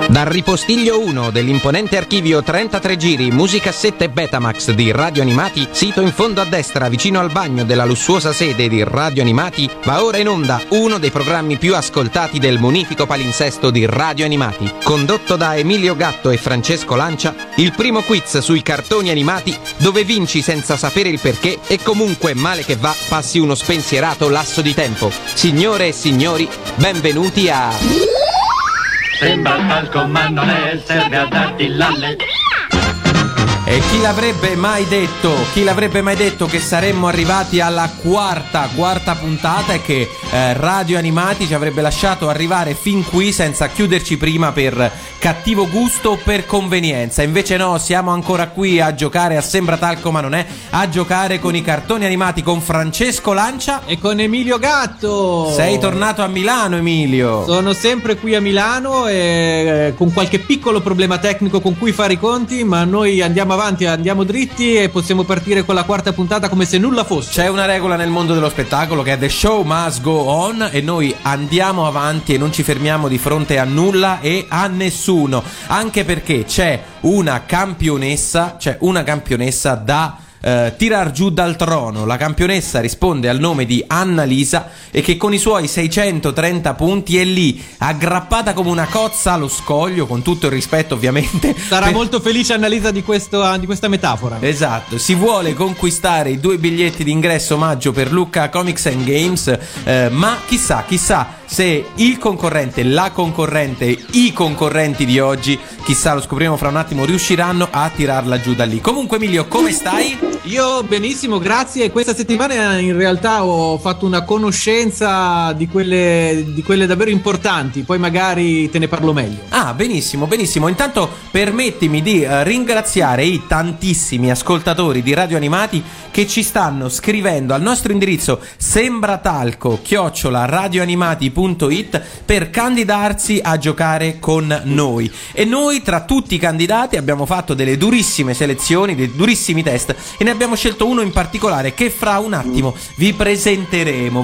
Dal ripostiglio 1 dell'imponente archivio 33 giri, musicassette e Betamax di Radio Animati, sito in fondo a destra vicino al bagno della lussuosa sede di Radio Animati, va ora in onda uno dei programmi più ascoltati del munifico palinsesto di Radio Animati. Condotto da Emilio Gatto e Francesco Lancia, il primo quiz sui cartoni animati dove vinci senza sapere il perché e comunque male che va passi uno spensierato lasso di tempo. Signore e signori, benvenuti a... Sembra talco ma non è, serve a darti l'alle. E chi l'avrebbe mai detto che saremmo arrivati alla quarta puntata e che Radio Animati ci avrebbe lasciato arrivare fin qui senza chiuderci prima per cattivo gusto o per convenienza. Invece no, siamo ancora qui a giocare a Sembra talco ma non è, a giocare con i cartoni animati con Francesco Lancia e con Emilio Gatto. Sei tornato a Milano, Emilio? Sono sempre qui a Milano e con qualche piccolo problema tecnico con cui fare i conti, ma noi andiamo avanti, andiamo dritti e possiamo partire con la quarta puntata come se nulla fosse. C'è una regola nel mondo dello spettacolo che è The Show Must Go On e noi andiamo avanti e non ci fermiamo di fronte a nulla e a nessuno, anche perché c'è una campionessa da tirar giù dal trono. La campionessa risponde al nome di Annalisa e che con i suoi 630 punti è lì aggrappata come una cozza allo scoglio, con tutto il rispetto ovviamente. Sarà molto felice Annalisa di questa metafora. Esatto, si vuole conquistare i 2 biglietti d'ingresso omaggio per Lucca Comics and Games, ma chissà se il concorrente, la concorrente, i concorrenti di oggi, chissà, lo scopriremo fra un attimo, riusciranno a tirarla giù da lì. Comunque Emilio, come stai? Io benissimo, grazie. Questa settimana in realtà ho fatto una conoscenza di quelle davvero importanti, poi magari te ne parlo meglio. Ah, benissimo. Intanto permettimi di ringraziare i tantissimi ascoltatori di Radio Animati che ci stanno scrivendo al nostro indirizzo sembratalco@radioanimati.it per candidarsi a giocare con noi. E noi tra tutti i candidati abbiamo fatto delle durissime selezioni, dei durissimi test e ne abbiamo scelto uno in particolare che fra un attimo vi presenteremo.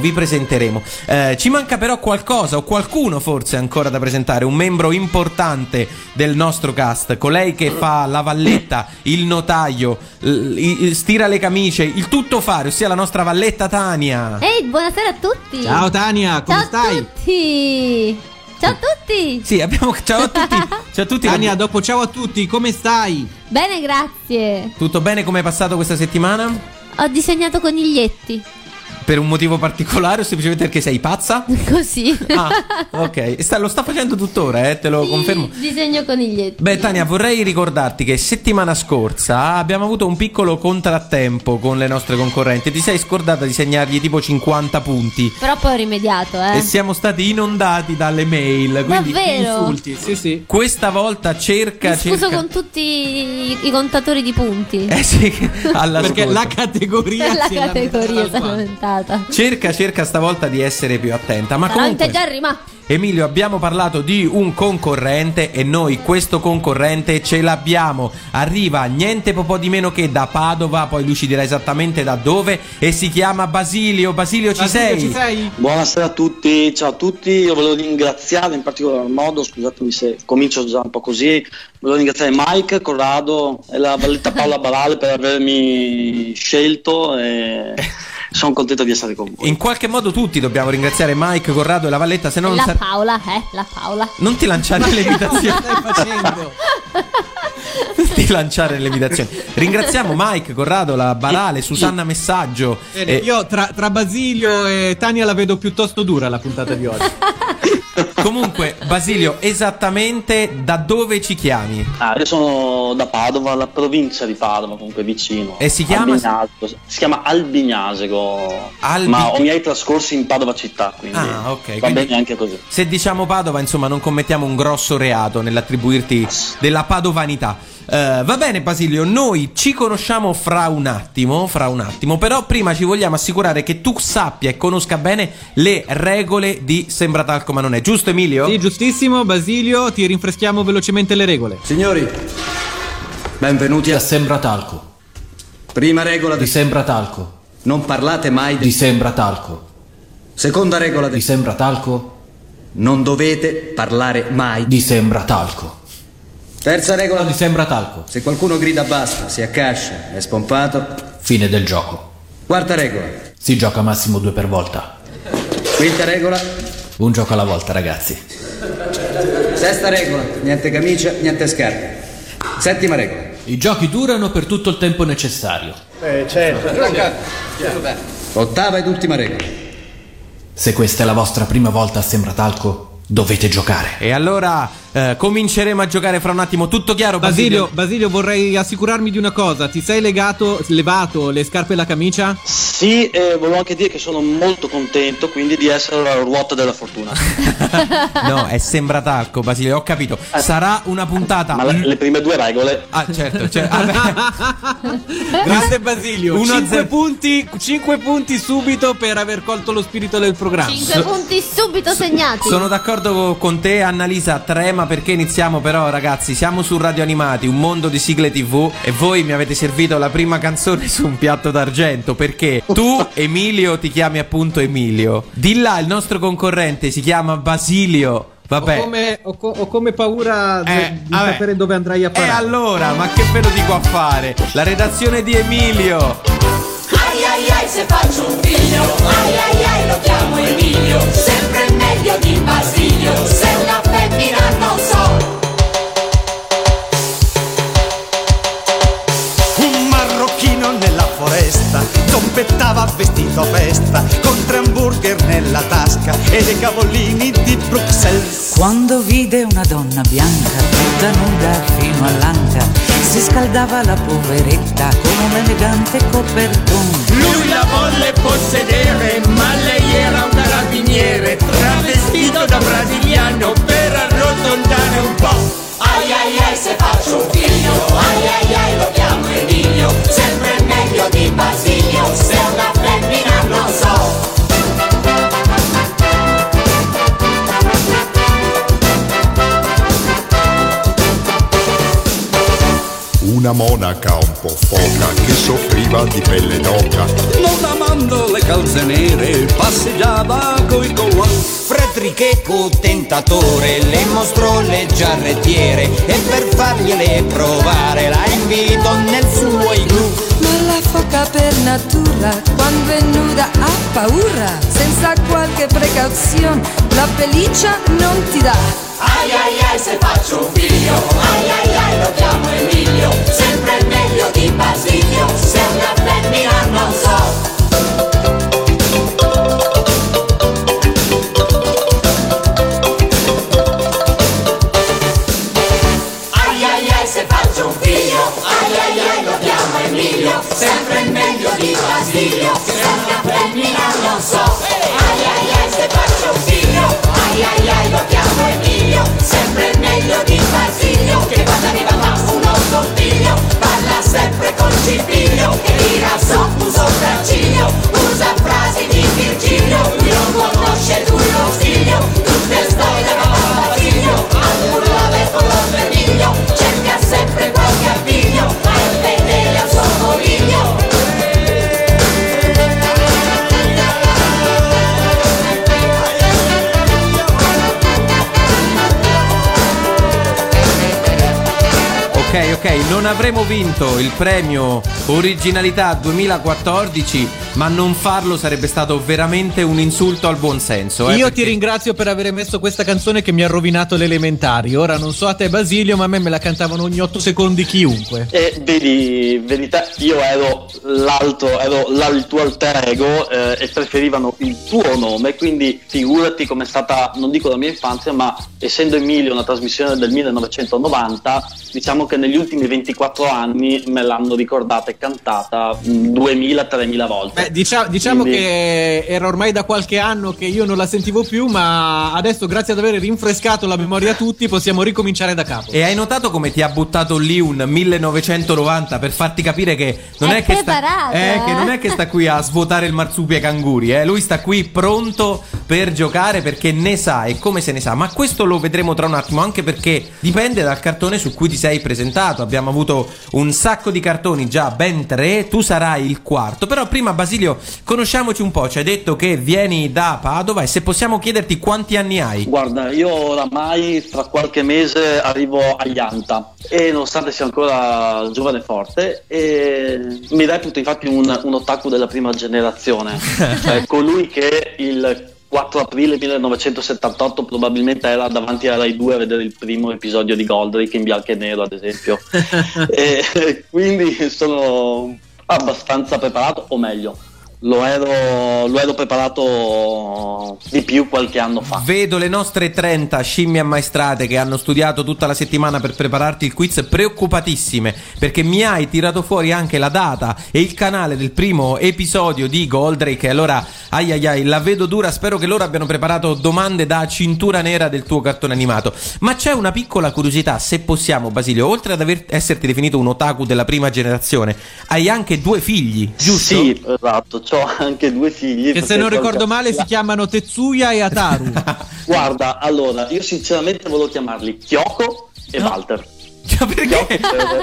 Ci manca però qualcosa o qualcuno forse ancora da presentare, un membro importante del nostro cast, colei che fa la valletta, il notaio, stira le camicie, il tuttofare, ossia la nostra valletta Tania. Ehi, buonasera a tutti. Ciao Tania, come stai? Ciao a tutti. Sì, abbiamo ciao a tutti. Tania, dopo ciao a tutti, come stai? Bene, grazie. Tutto bene? Come è passato questa settimana? Ho disegnato coniglietti. Per un motivo particolare o semplicemente perché sei pazza? Così. Ah, ok. Lo sta facendo tuttora, te lo confermo. Disegno coniglietti. Beh, Tania, vorrei ricordarti che settimana scorsa abbiamo avuto un piccolo contrattempo con le nostre concorrenti. Ti sei scordata di segnargli tipo 50 punti. Però poi ho rimediato, E siamo stati inondati dalle mail. Quindi davvero? Insulti, sì. Questa volta cerca. Scuso con tutti i contatori di punti. Sì, perché la categoria è aumentata. Cerca stavolta di essere più attenta. Ma comunque, Emilio, abbiamo parlato di un concorrente e noi questo concorrente ce l'abbiamo. Arriva niente po' di meno che da Padova, poi lui ci dirà esattamente da dove, e si chiama Basilio. Basilio, ci sei? Buonasera a tutti, ciao a tutti. Io volevo ringraziare in particolar modo, scusatemi se comincio già un po' così, volevo ringraziare Mike Corrado e la valletta Paola Barale per avermi scelto e sono contento di essere con voi. In qualche modo tutti dobbiamo ringraziare Mike Corrado e la valletta, se no non la Paola. Non ti lanciare le imitazioni. Cosa stai facendo? Non ti lanciare le imitazioni. Ringraziamo Mike Corrado, la Barale, Susanna Messaggio. Bene, io tra Basilio e Tania la vedo piuttosto dura la puntata di oggi. Comunque, Basilio, esattamente da dove ci chiami? Io sono da Padova, la provincia di Padova, comunque vicino. E si chiama? Si chiama Albignasego, ma ho i miei trascorsi in Padova città, quindi ok, va bene anche così. Se diciamo Padova, insomma, non commettiamo un grosso reato nell'attribuirti della padovanità. Va bene Basilio, noi ci conosciamo fra un attimo, però prima ci vogliamo assicurare che tu sappia e conosca bene le regole di Sembra talco ma non è, giusto Emilio? Sì, giustissimo Basilio, ti rinfreschiamo velocemente le regole. Signori, benvenuti a Sembra talco. Prima regola di Sembra talco: non parlate mai di Sembra talco. Seconda regola di Sembra talco: Non dovete parlare mai di Sembratalco. Terza regola di Sembratalco: se qualcuno grida basta, si accascia, è spompato, fine del gioco. Quarta regola: si gioca massimo 2 per volta. Quinta regola: un gioco alla volta, ragazzi. Sesta regola: niente camicia, niente scarpe. Settima regola: i giochi durano per tutto il tempo necessario. Certo. Ottava ed ultima regola: se questa è la vostra prima volta a Sembratalco, dovete giocare. E allora cominceremo a giocare fra un attimo. Tutto chiaro, Basilio? Basilio, vorrei assicurarmi di una cosa. Ti sei levato le scarpe e la camicia? Sì, volevo anche dire che sono molto contento quindi di essere la ruota della fortuna. No, è Sembratalco, Basilio, ho capito. Sarà una puntata. Ma le prime 2 regole. Ah, certo. Grande Basilio. 5 punti subito per aver colto lo spirito del programma. 5 punti subito segnati. Sono d'accordo con te, Annalisa. Trema perché iniziamo, però, ragazzi, siamo su Radio Animati, un mondo di sigle TV, e voi mi avete servito la prima canzone su un piatto d'argento, perché tu, Emilio, ti chiami appunto Emilio. Di là il nostro concorrente si chiama Basilio. Vabbè. Ho come paura di sapere dove andrai a parare. E allora, ma che ve lo dico a fare? La redazione di Emilio. Ai ai ai se faccio un figlio, ai ai ai lo chiamo Emilio, sempre meglio di Basilio, se una femmina non so. Un marocchino nella foresta zombettava vestito a festa, con 3 hamburger nella tasca e dei cavolini di Bruxelles. Quando vide una donna bianca, tutta nuda fino all'anca, si scaldava la poveretta con un elegante copertone. Lui la volle possedere, ma lei era un carabiniere, travestito da brasiliano per arrotondare un po'. Ai ai ai se faccio un figlio, ai ai ai lo chiamo Emilio, sempre meglio di Basilio, se una femmina non so. Una monaca un po' foca che soffriva di pelle d'oca, non amando le calze nere, passeggiava coi collant. Fredericheco tentatore le mostrò le giarrettiere e per fargliele provare la invitò nel suo igloo. Ma la foca per natura, quando è nuda ha paura, senza qualche precauzione la pelliccia non ti dà. Ai ai ai se faccio un figlio, ai ai ai lo chiamo Emilio, sempre meglio di Basilio, se una femmina non so. Ai ai ai se faccio un figlio, ai ai ai lo chiamo Emilio, sempre meglio di Basilio, se una femmina non so. Ai ai ai se faccio un figlio, ai ai ai lo chiamo Emilio, sempre meglio di Basilio, che quando arriva fa uno scompiglio, parla sempre col cipiglio, che tira sotto un sopracciglio, usa frasi di Virgilio, lui non conosce tu lo stiglio, tutte storie da Basilio, al urlare con lo vermiglio, cerca sempre qualche appiglio, ma è fedele al suo coniglio. Ok, non avremo vinto il premio Originalità 2014, ma non farlo sarebbe stato veramente un insulto al buon senso. Io perché... ti ringrazio per aver messo questa canzone che mi ha rovinato le elementari. Ora non so a te Basilio, ma a me la cantavano ogni 8 secondi chiunque. E vedi, verità, io ero il tuo alter ego e preferivano il tuo nome, quindi figurati com'è stata, non dico la mia infanzia, ma essendo Emilio una trasmissione del 1990, diciamo che negli ultimi 24 anni me l'hanno ricordata e cantata 2000-3000 volte. Diciamo quindi... che era ormai da qualche anno che io non la sentivo più, ma adesso grazie ad aver rinfrescato la memoria a tutti possiamo ricominciare da capo. E hai notato come ti ha buttato lì un 1990 per farti capire che non è che non è che sta qui a svuotare il marsupio ai canguri, lui sta qui pronto per giocare perché ne sa, e come se ne sa. Ma questo lo vedremo tra un attimo, anche perché dipende dal cartone su cui ti sei presentato. Abbiamo avuto un sacco di cartoni, già ben 3, tu sarai il quarto. Però prima Basilio Basilio, conosciamoci un po'. Ci hai detto che vieni da Padova e se possiamo chiederti quanti anni hai? Guarda, io oramai fra qualche mese arrivo agli Anta e nonostante sia ancora giovane e forte, mi reputo infatti un otaku della prima generazione, cioè colui che il 4 aprile 1978 probabilmente era davanti a Rai 2 a vedere il primo episodio di Goldrake in bianco e nero, ad esempio. E quindi sono abbastanza preparato, o meglio, lo ero preparato di più qualche anno fa. Vedo le nostre 30 scimmie ammaestrate che hanno studiato tutta la settimana per prepararti il quiz preoccupatissime, perché mi hai tirato fuori anche la data e il canale del primo episodio di Goldrake. Allora, ai, la vedo dura. Spero che loro abbiano preparato domande da cintura nera del tuo cartone animato. Ma c'è una piccola curiosità, se possiamo, Basilio. Oltre ad esserti definito un otaku della prima generazione, hai anche 2 figli, giusto? Sì, esatto. Ho anche 2 figli che se non ricordo male si chiamano Tetsuya e Ataru. Guarda, allora io sinceramente volevo chiamarli Kyoko e Walter. Perché?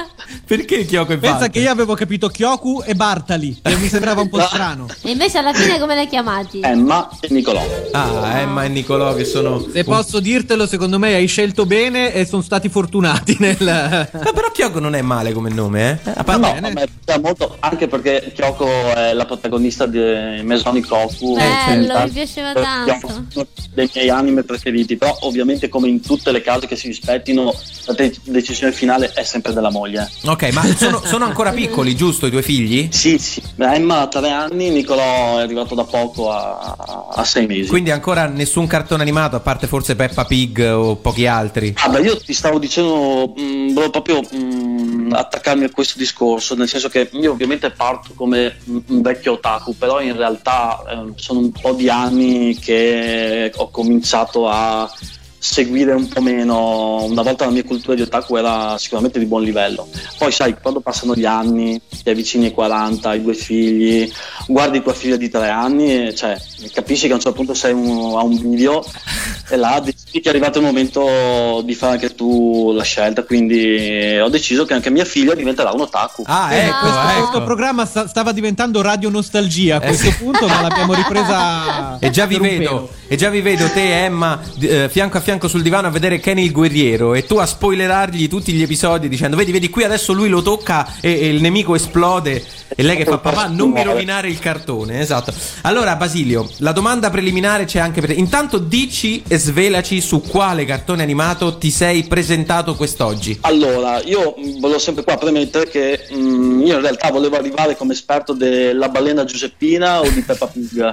Perché Kyoko e Walter? Pensa che io avevo capito Kyoku e Bartali e mi sembrava un po' strano. E invece alla fine come li hai chiamati? Emma e Nicolò. Ah, Emma e Nicolò che sono... Se posso dirtelo, secondo me hai scelto bene e sono stati fortunati nel... No, però Kyoko non è male come nome, eh? No, a me piace molto, anche perché Kyoko è la protagonista di Mesoni Koku. Bello, mi piaceva tanto. Kyoko è uno dei miei anime preferiti, però ovviamente come in tutte le case che si rispettino la decisione finale è sempre della moglie. Ok, ma sono ancora piccoli, giusto, i 2 figli? Sì. Emma ha 3 anni, Nicolò è arrivato da poco a 6 mesi. Quindi ancora nessun cartone animato, a parte forse Peppa Pig o pochi altri. Io ti stavo dicendo, volevo proprio attaccarmi a questo discorso, nel senso che io ovviamente parto come un vecchio otaku, però in realtà sono un po' di anni che ho cominciato a seguire un po' meno. Una volta la mia cultura di otaku era sicuramente di buon livello, poi sai, quando passano gli anni, ti avvicini ai 40, hai 2 figli, guardi tua figlia di 3 anni e cioè capisci che a un certo punto sei a un video e là decidi che è arrivato il momento di fare anche tu la scelta, quindi ho deciso che anche mia figlia diventerà un otaku. Questo programma stava diventando Radio Nostalgia a questo punto, ma l'abbiamo ripresa. E già vi vedo te, Emma, fianco a fianco sul divano a vedere Kenny il guerriero e tu a spoilerargli tutti gli episodi dicendo vedi qui adesso lui lo tocca e il nemico esplode e lei che fa papà non mi rovinare il cartone. Esatto. Allora Basilio, la domanda preliminare c'è anche per te. Intanto dici e svelaci su quale cartone animato ti sei presentato quest'oggi. Allora, io volevo sempre qua premettere che io in realtà volevo arrivare come esperto della balena Giuseppina o di Peppa Pig.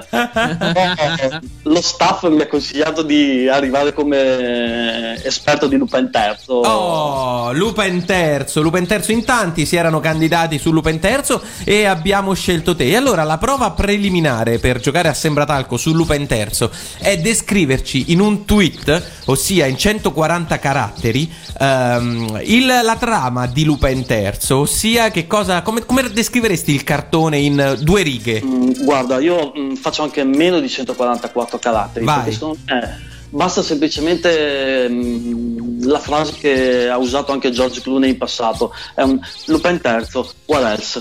Lo staff mi ha consigliato di arrivare come esperto di Lupin III. Oh, Lupin III, in tanti si erano candidati su Lupin III e abbiamo scelto te. E allora la prova preliminare per giocare a Sembratalco su Lupin III è descriverci in un tweet, ossia in 140 caratteri, la trama di Lupin III, ossia che cosa, come descriveresti il cartone in 2 righe? Guarda, io faccio anche meno di 144 caratteri. Vai. Basta semplicemente la frase che ha usato anche George Clooney in passato, è un Lupin III, what else?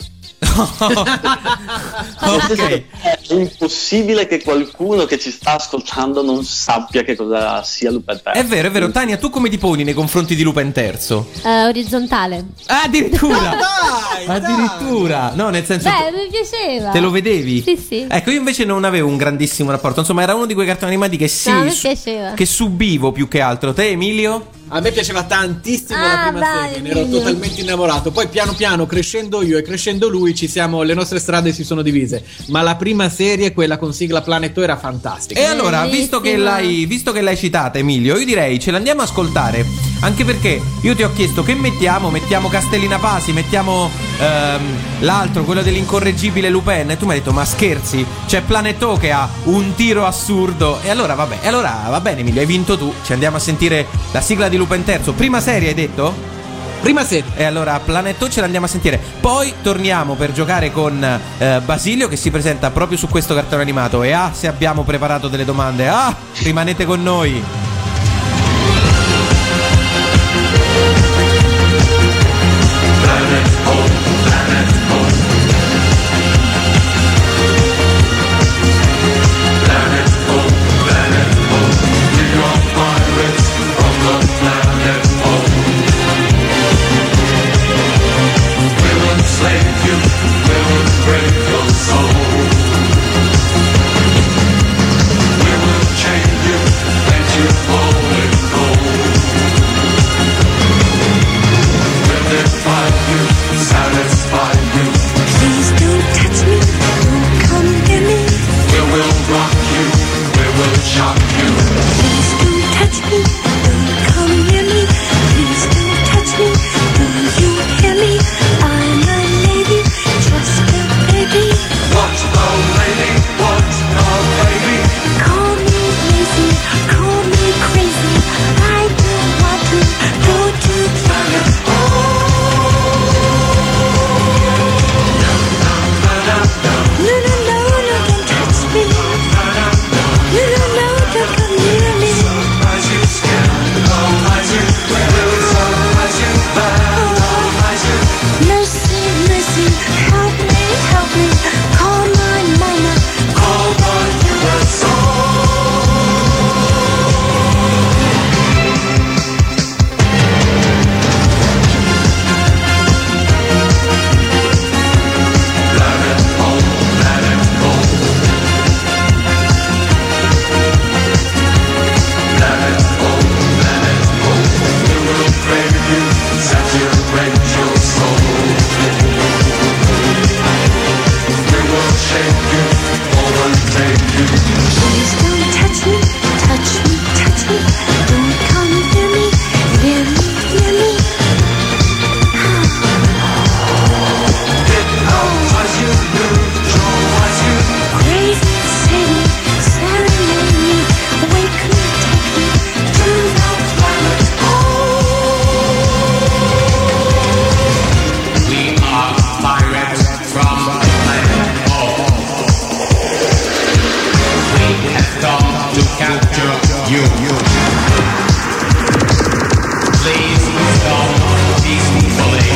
Okay. È impossibile che qualcuno che ci sta ascoltando non sappia che cosa sia Lupin III. È vero. Tania, tu come ti poni nei confronti di Lupin III? Orizzontale. Addirittura? Addirittura? No, nel senso, mi piaceva. te lo vedevi? Sì. Ecco, io invece non avevo un grandissimo rapporto. Insomma, era uno di quei cartoni animati che mi piaceva. che subivo più che altro. Te, Emilio? A me piaceva tantissimo la prima serie, ne ero totalmente innamorato. Poi piano piano, crescendo io e crescendo lui, le nostre strade si sono divise. Ma la prima serie, quella con sigla Planeto, era fantastica. E allora, visto che l'hai citata, Emilio, io direi ce l'andiamo a ascoltare. Anche perché io ti ho chiesto che mettiamo Castellina Pasi, mettiamo l'altro, quello dell'incorreggibile Lupin. E tu mi hai detto, ma scherzi? C'è Planeto che ha un tiro assurdo. E allora va bene, Emilio, hai vinto tu. Ci andiamo a sentire la sigla di Lupin III. Prima serie hai detto? Prima serie. E allora Planeto ce l'andiamo a sentire. Poi torniamo per giocare con Basilio, che si presenta proprio su questo cartone animato. E se abbiamo preparato delle domande, rimanete con noi. will rend your soul. We will shake you, overtake you. Please don't touch me, touch me, touch me. Don't come near me, near me, near me. Get out as you do, draw as you crazy city, serenade me, wake me, take me to the planet. We are pirates from the planet Earth. We have come to capture you. Please stop peacefully.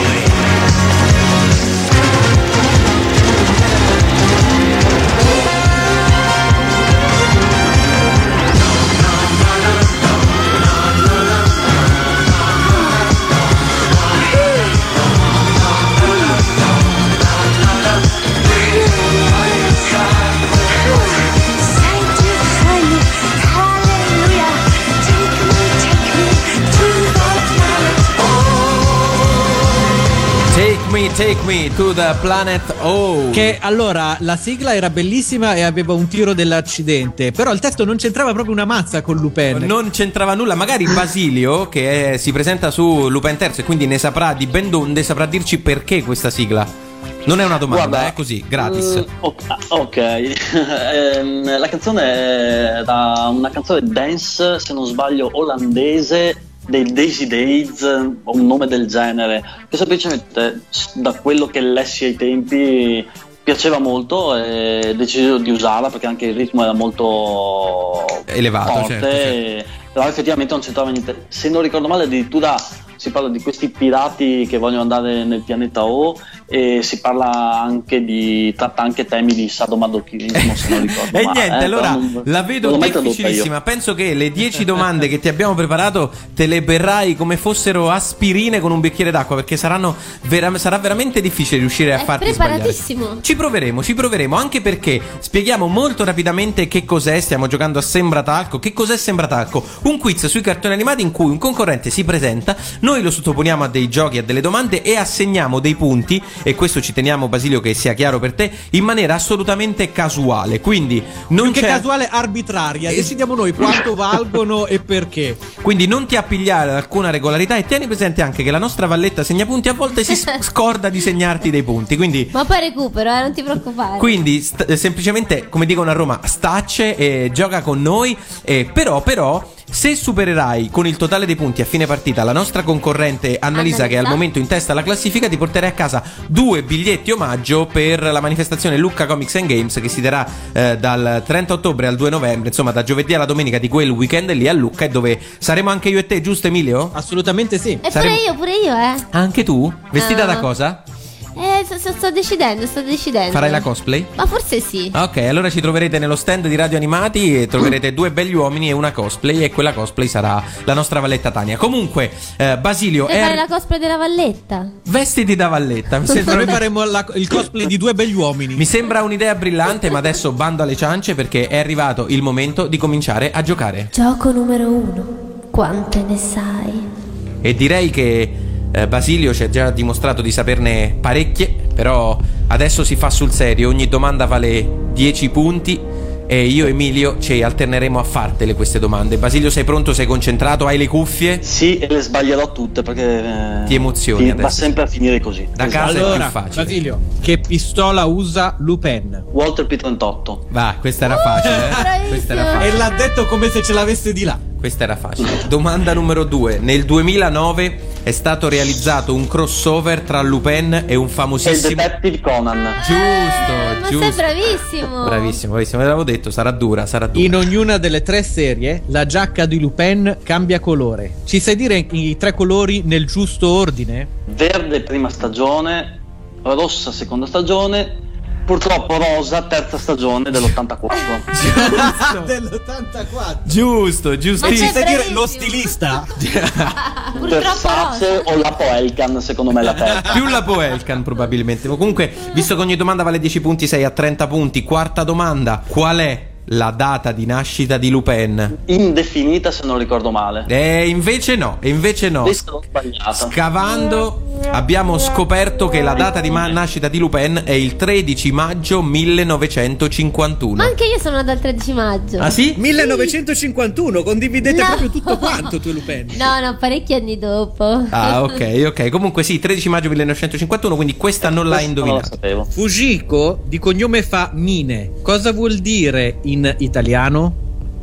Sanctify me, hallelujah. Take me to the planet. Take me to the planet O. Che allora la sigla era bellissima e aveva un tiro dell'accidente, però il testo non c'entrava proprio una mazza con Lupin. Non c'entrava nulla. Magari Basilio, che si presenta su Lupin III e quindi ne saprà di ben donde, saprà dirci perché questa sigla. Non è una domanda, Guarda, è così, gratis. Ok, la canzone è una canzone dance, se non sbaglio, olandese, dei Daisy Days, o un nome del genere, che semplicemente da quello che lessi ai tempi piaceva molto e ho deciso di usarla perché anche il ritmo era molto elevato, forte, certo. Però effettivamente non c'entrava niente. Se non ricordo male, addirittura si parla di questi pirati che vogliono andare nel pianeta O e si parla anche tratta anche temi di sadomasochismo, se non ricordo E male. niente, allora la vedo non l'ho mai tradotta difficilissima. io. Penso che le 10 domande che ti abbiamo preparato te le berrai come fossero aspirine con un bicchiere d'acqua, perché sarà veramente difficile riuscire a farti sbagliare. Preparatissimo. Ci proveremo, anche perché spieghiamo molto rapidamente che cos'è. Stiamo giocando a Sembratalco. Che cos'è Sembratalco? Un quiz sui cartoni animati in cui un concorrente si presenta, noi lo sottoponiamo a dei giochi, a delle domande e assegniamo dei punti, e questo ci teniamo, Basilio, che sia chiaro per te, in maniera assolutamente casuale. Quindi non Più che c'è casuale, arbitraria. Decidiamo noi quanto valgono e perché. Quindi non ti appigliare ad alcuna regolarità e tieni presente anche che la nostra Valletta Segnapunti a volte si scorda di segnarti dei punti. Quindi Ma poi recupero, non ti preoccupare. semplicemente, come dicono a Roma, stacce e gioca con noi. Però se supererai con il totale dei punti a fine partita la nostra concorrente Annalisa, che è al momento in testa alla classifica, ti porterai a casa 2 biglietti omaggio per la manifestazione Lucca Comics and Games, che si terrà dal 30 ottobre al 2 novembre, insomma da giovedì alla domenica di quel weekend lì a Lucca, e dove saremo anche io e te, giusto Emilio? Assolutamente sì. E pure io, Anche tu? Vestita da cosa? Sto decidendo. Farai la cosplay? Ma forse sì. Ok, allora ci troverete nello stand di Radio Animati e troverete 2 belli uomini e una cosplay, e quella cosplay sarà la nostra Valletta Tania. Comunque, Basilio, Devi fare la cosplay della Valletta. vestiti da Valletta. Noi faremo il cosplay di 2 begli uomini. Mi sembra un'idea brillante, ma adesso bando alle ciance, perché è arrivato il momento di cominciare a giocare. Gioco numero 1. Quante ne sai? E direi che Basilio ci ha già dimostrato di saperne parecchie, però adesso si fa sul serio. Ogni domanda vale 10 punti e io e Emilio ci alterneremo a fartele queste domande. Basilio, sei pronto? Sei concentrato? Hai le cuffie? Sì, e le sbaglierò tutte perché ti emozioni va sempre a finire così. Da casa allora, è più facile. Basilio, che pistola usa Lupin? Walter P38. Va, questa era facile, Questa era facile. E l'ha detto come se ce l'avesse di là. Questa era facile. Domanda numero 2. Nel 2009 è stato realizzato un crossover tra Lupin e un famosissimo Detective Conan. Giusto. Sei bravissimo. Bravissimo, ve l'avevo detto, sarà dura. In ognuna delle 3 serie la giacca di Lupin cambia colore. Ci sai dire i 3 colori nel giusto ordine? Verde prima stagione, rossa seconda stagione, purtroppo rosa terza stagione dell'84. Dell'84. Giusto, giustissimo. Ci sai dire lo stilista? Versace o Lapo Elkan, secondo me la terza. Più Lapo Elkan probabilmente. Ma comunque, visto che ogni domanda vale 10 punti, sei a 30 punti. Quarta domanda: qual è la data di nascita di Lupin? Indefinita, se non ricordo male. Invece no. Questo ho sbagliato. Scavando abbiamo scoperto che la data di nascita di Lupin è il 13 maggio 1951. Ma anche io sono nata il 13 maggio. Ah sì? 1951, condividete proprio tutto quanto tu e Lupin. No, parecchi anni dopo. Ah, ok. Comunque sì, 13 maggio 1951, quindi questa non l'hai indovinata. Fujiko di cognome fa Mine. Cosa vuol dire in italiano?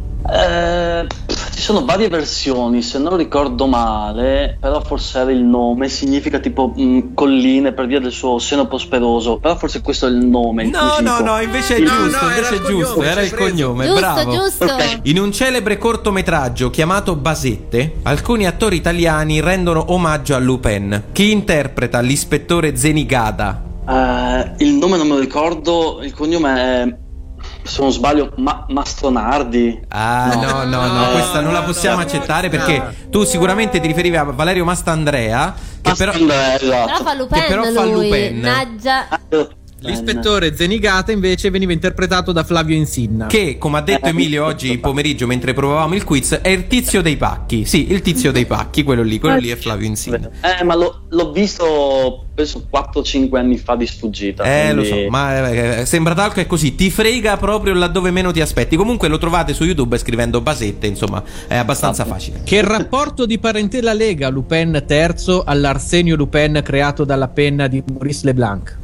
Ci sono varie versioni, se non ricordo male, però forse era il nome, significa tipo colline per via del suo seno prosperoso, però forse questo è il nome. No, invece è giusto, era il cognome, bravo. Giusto. Okay. In un celebre cortometraggio chiamato Basette, alcuni attori italiani rendono omaggio a Lupin. Chi interpreta l'ispettore Zenigata? Il nome non me lo ricordo, il cognome è, se non sbaglio, Mastronardi. No, questa non la possiamo accettare perché tu sicuramente ti riferivi a Valerio Mastandrea, che però fa Lupin. Naggia. L'ispettore Zenigata invece veniva interpretato da Flavio Insinna, che, come ha detto Emilio oggi pomeriggio mentre provavamo il quiz, è il tizio dei pacchi. Sì, il tizio dei pacchi, quello lì è Flavio Insinna. Ma l'ho visto penso 4-5 anni fa di sfuggita. Lo so, ma Sembra Talco è così, ti frega proprio laddove meno ti aspetti. Comunque lo trovate su YouTube scrivendo Basette, insomma, è abbastanza facile. Che rapporto di parentela lega Lupin III all'Arsenio Lupin creato dalla penna di Maurice Leblanc?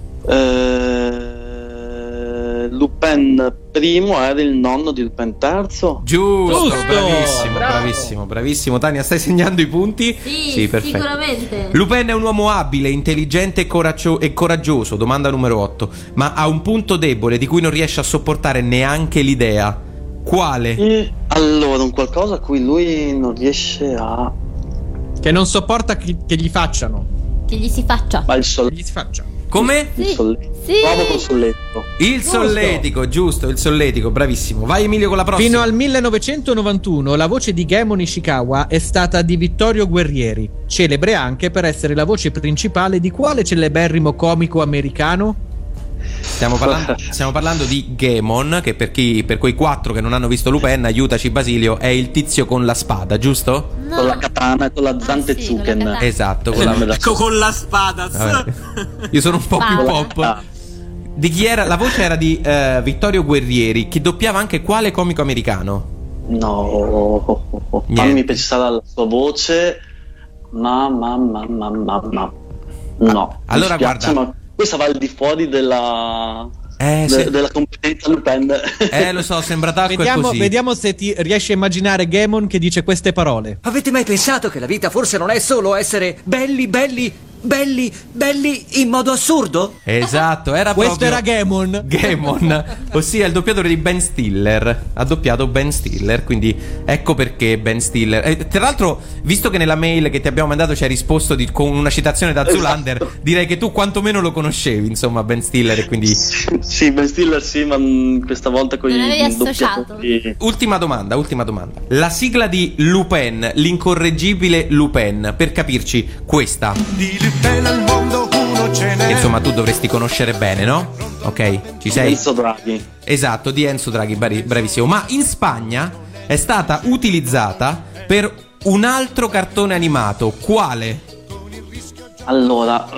Lupin primo era il nonno di Lupin terzo. Giusto. Bravissimo. Tania, stai segnando i punti? Sì, perfetto. Sicuramente. Lupin è un uomo abile, intelligente e coraggioso. Domanda numero 8. Ma ha un punto debole di cui non riesce a sopportare neanche l'idea. Quale? Allora, un qualcosa a cui lui non riesce a... Che non sopporta che gli facciano. Che gli si faccia. Ma il Gli si faccia. Come? Sì. Provo col solletico. Il solletico, giusto, il solletico, bravissimo. Vai Emilio con la prossima. Fino al 1991 la voce di Gamon Ishikawa è stata di Vittorio Guerrieri, celebre anche per essere la voce principale di quale celeberrimo comico americano? Stiamo parlando di Gamon, che per quei 4 che non hanno visto Lupin, aiutaci Basilio, è il tizio con la spada, giusto? No. Con la katana e con la Zantezuken. Esatto, con la spada. Vabbè. Io sono un po' più pop. Di chi era? La voce era di Vittorio Guerrieri, che doppiava anche quale comico americano? No, fammi pensare alla sua voce. No. Allora spiace, guarda, ma questa va al di fuori della competenza Lupin. Lo so, sembra Talco è così. Vediamo se ti riesci a immaginare Gamon che dice queste parole. Avete mai pensato che la vita forse non è solo essere belli in modo assurdo? Esatto, questo era Gamon, ossia il doppiatore di Ben Stiller. Ha doppiato Ben Stiller, quindi ecco perché Ben Stiller. Tra l'altro, visto che nella mail che ti abbiamo mandato ci hai risposto con una citazione da Zoolander, esatto, direi che tu quantomeno lo conoscevi, insomma, Ben Stiller, e quindi sì, Ben Stiller sì, ma questa volta con non avevi associato. Ultima domanda. La sigla di Lupin, l'incorreggibile Lupin, per capirci, questa. Di Lupin al mondo uno ce n'è. Insomma, tu dovresti conoscere bene, no? Ok, ci sei? Enzo Draghi. Esatto, di Enzo Draghi, bravissimo. Ma in Spagna è stata utilizzata per un altro cartone animato. Quale? Allora,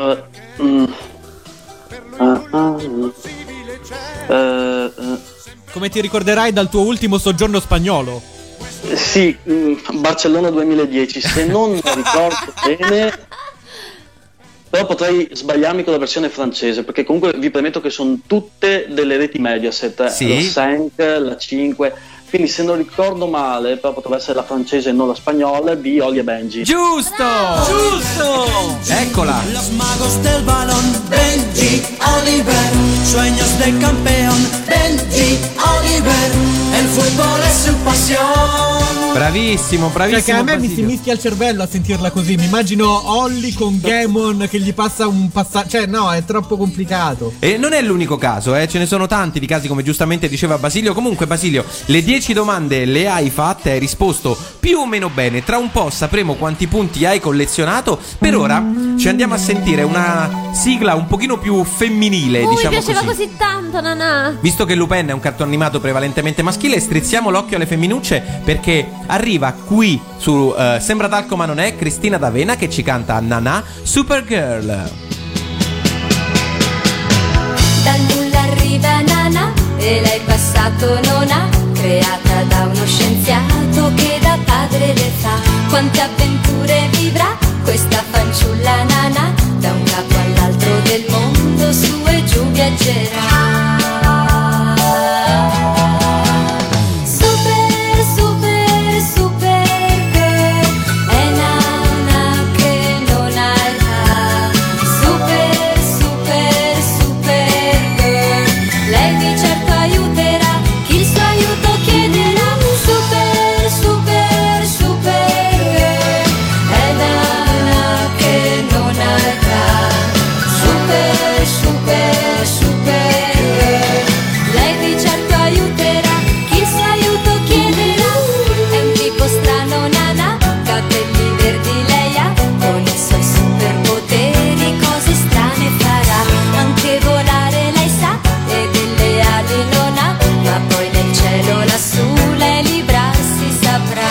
come ti ricorderai dal tuo ultimo soggiorno spagnolo? Sì, Barcellona 2010, se non mi ricordo bene, però potrei sbagliarmi con la versione francese, perché comunque vi premetto che sono tutte delle reti Mediaset, sì? La 5, la 5, quindi se non ricordo male, però potrebbe essere la francese e non la spagnola, di Oli e Benji. Giusto! Eccola! Los magos del balón, Benji, Oliver, sueños del campeón, Benji, Oliver, el fútbol es su pasión. Bravissimo, bravissimo. Perché a me Basilio. mi si mischia il cervello a sentirla così. Mi immagino Holly con Gaemon che gli passa un passaggio. Cioè, no, è troppo complicato. E non è l'unico caso, ce ne sono tanti di casi, come giustamente diceva Basilio. Comunque, Basilio, le 10 domande le hai fatte, hai risposto più o meno bene. Tra un po' sapremo quanti punti hai collezionato. Per ora ci andiamo a sentire una sigla un pochino più femminile, diciamo mi piaceva così. così tanto, Nanà. Visto che Lupin è un cartone animato prevalentemente maschile, strizziamo l'occhio alle femminucce, perché arriva qui su Sembra talco ma non è Cristina D'Avena che ci canta Nanà Supergirl. Dal nulla arriva Nana e lei passato non ha, creata da uno scienziato che da padre le fa. Quante avventure vivrà questa fanciulla Nana, da un capo all'altro del mondo su e giù viaggerà. Super, super, super girl, è Nana che non ha età. Super, super, super girl, lei di certo aiuterà chi il suo aiuto chiederà. Super, super, super girl, è Nana che non ha età. Super, super, super girl, lei di certo aiuterà chi il suo aiuto chiederà. È un tipo strano Nana, capelli verdi lei ha, con i suoi superpoteri cose strane farà. Anche volare lei sa e delle ali non ha, ma poi nel cielo lassù lei librarsi saprà.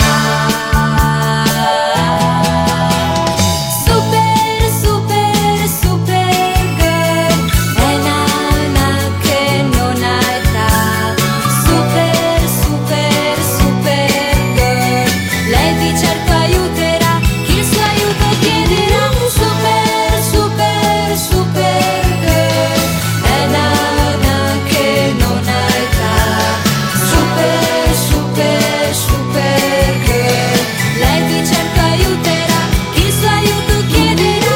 Super, super, super girl, è Nana che non ha età. Super, super, super girl, lei di certo aiuterà chi il suo aiuto chiederà. Super, super, super girl, è Nana che non ha età. Super, super, super girl, lei di certo aiuterà chi il suo aiuto chiederà.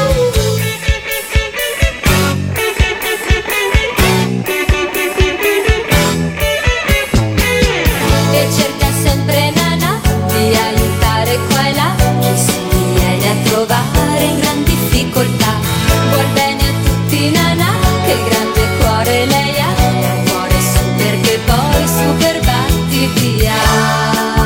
E cerca sempre Nana di aiutare qua e là chi si viene a trovare in gran difficoltà. Vuol bene a tutti Nana, che grande cuore lei ha, un cuore super che poi super battiti ha.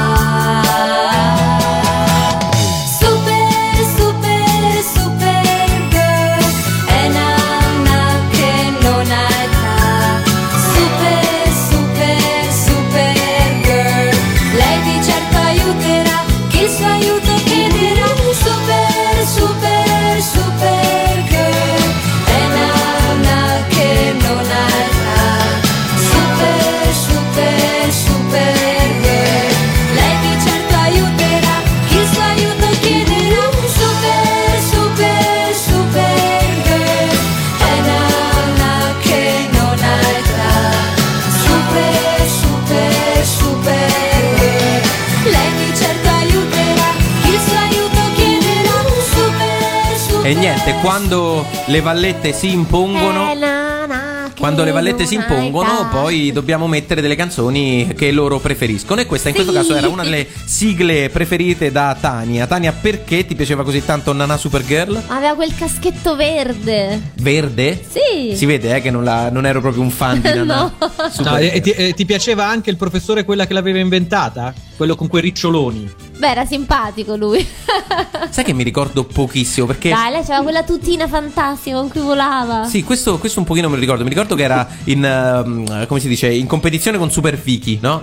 Super, super, super girl, è Nana che non ha età. Super, super, super girl, lei di certo aiuterà chi il suo aiuto chiederà. Super, super, super girl, è Nana che non ha età. Super, super, super girl, lei di certo aiuterà chi il suo aiuto chiederà. Super, super, super girl, è Nana che non ha età. Super, super, super girl, lei di certo aiuterà chi il suo aiuto chiederà. Super, super. E niente, quando le vallette si impongono, quando le vallette si impongono, poi dobbiamo mettere delle canzoni che loro preferiscono. E questa in questo caso era una delle sigle preferite da Tania. Tania, perché ti piaceva così tanto Nana Supergirl? Aveva quel caschetto verde. Verde? Sì. Si vede che non ero proprio un fan di Nana. No. No, e ti piaceva anche il professore, quella che l'aveva inventata? Quello con quei riccioloni. Beh, era simpatico lui. Sai che mi ricordo pochissimo perché... Dai, lei c'aveva quella tutina fantastica con cui volava. Sì, questo un pochino me lo ricordo. Mi ricordo che era in come si dice, in competizione con Super Vicky, no?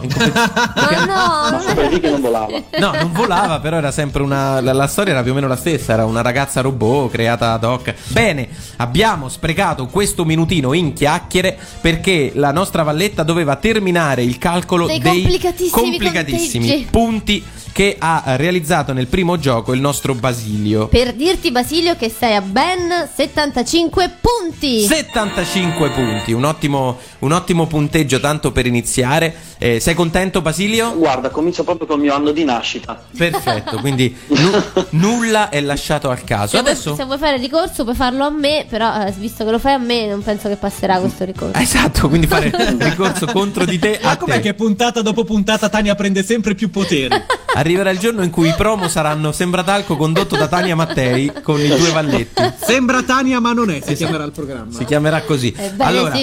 No, Super Vicky non volava. No, non volava, però era sempre la storia era più o meno la stessa. Era una ragazza robot creata ad hoc. Bene, abbiamo sprecato questo minutino in chiacchiere perché la nostra Valletta doveva terminare il calcolo dei complicatissimi punti che ha realizzato nel primo gioco il nostro Basilio. Per dirti, Basilio, che sei a ben 75 punti. 75 punti, un ottimo punteggio tanto per iniziare. Sei contento, Basilio? Guarda, comincio proprio col mio anno di nascita. Perfetto, quindi nulla è lasciato al caso. Adesso Se vuoi fare ricorso puoi farlo a me, però visto che lo fai a me non penso che passerà questo ricorso. Esatto, quindi fare ricorso contro di te. Ma com'è che puntata dopo puntata Tania prende sempre più poteri? Arriverà il giorno in cui i promo saranno Sembratalco condotto da Tania Mattei con i due Valletti. Sembra Tania ma non è, si chiamerà il programma. Si chiamerà così. Allora,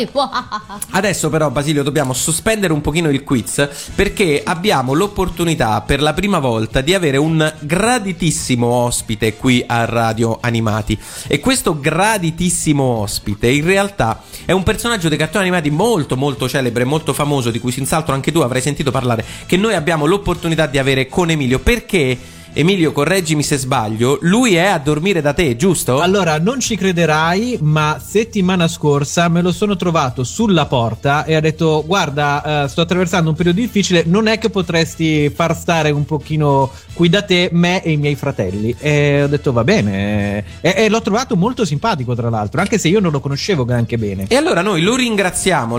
adesso però Basilio dobbiamo sospendere un pochino il quiz, perché abbiamo l'opportunità per la prima volta di avere un graditissimo ospite qui a Radio Animati. E questo graditissimo ospite in realtà è un personaggio dei cartoni animati molto molto celebre, molto famoso, di cui senz'altro anche tu avrai sentito parlare, che noi abbiamo l'opportunità di avere con Emilio. Perché Emilio, correggimi se sbaglio, lui è a dormire da te, giusto? Allora, non ci crederai, ma settimana scorsa me lo sono trovato sulla porta e ha detto: guarda, sto attraversando un periodo difficile, non è che potresti far stare un pochino qui da te me e i miei fratelli? E ho detto va bene, e l'ho trovato molto simpatico, tra l'altro, anche se io non lo conoscevo granché bene. E allora noi lo ringraziamo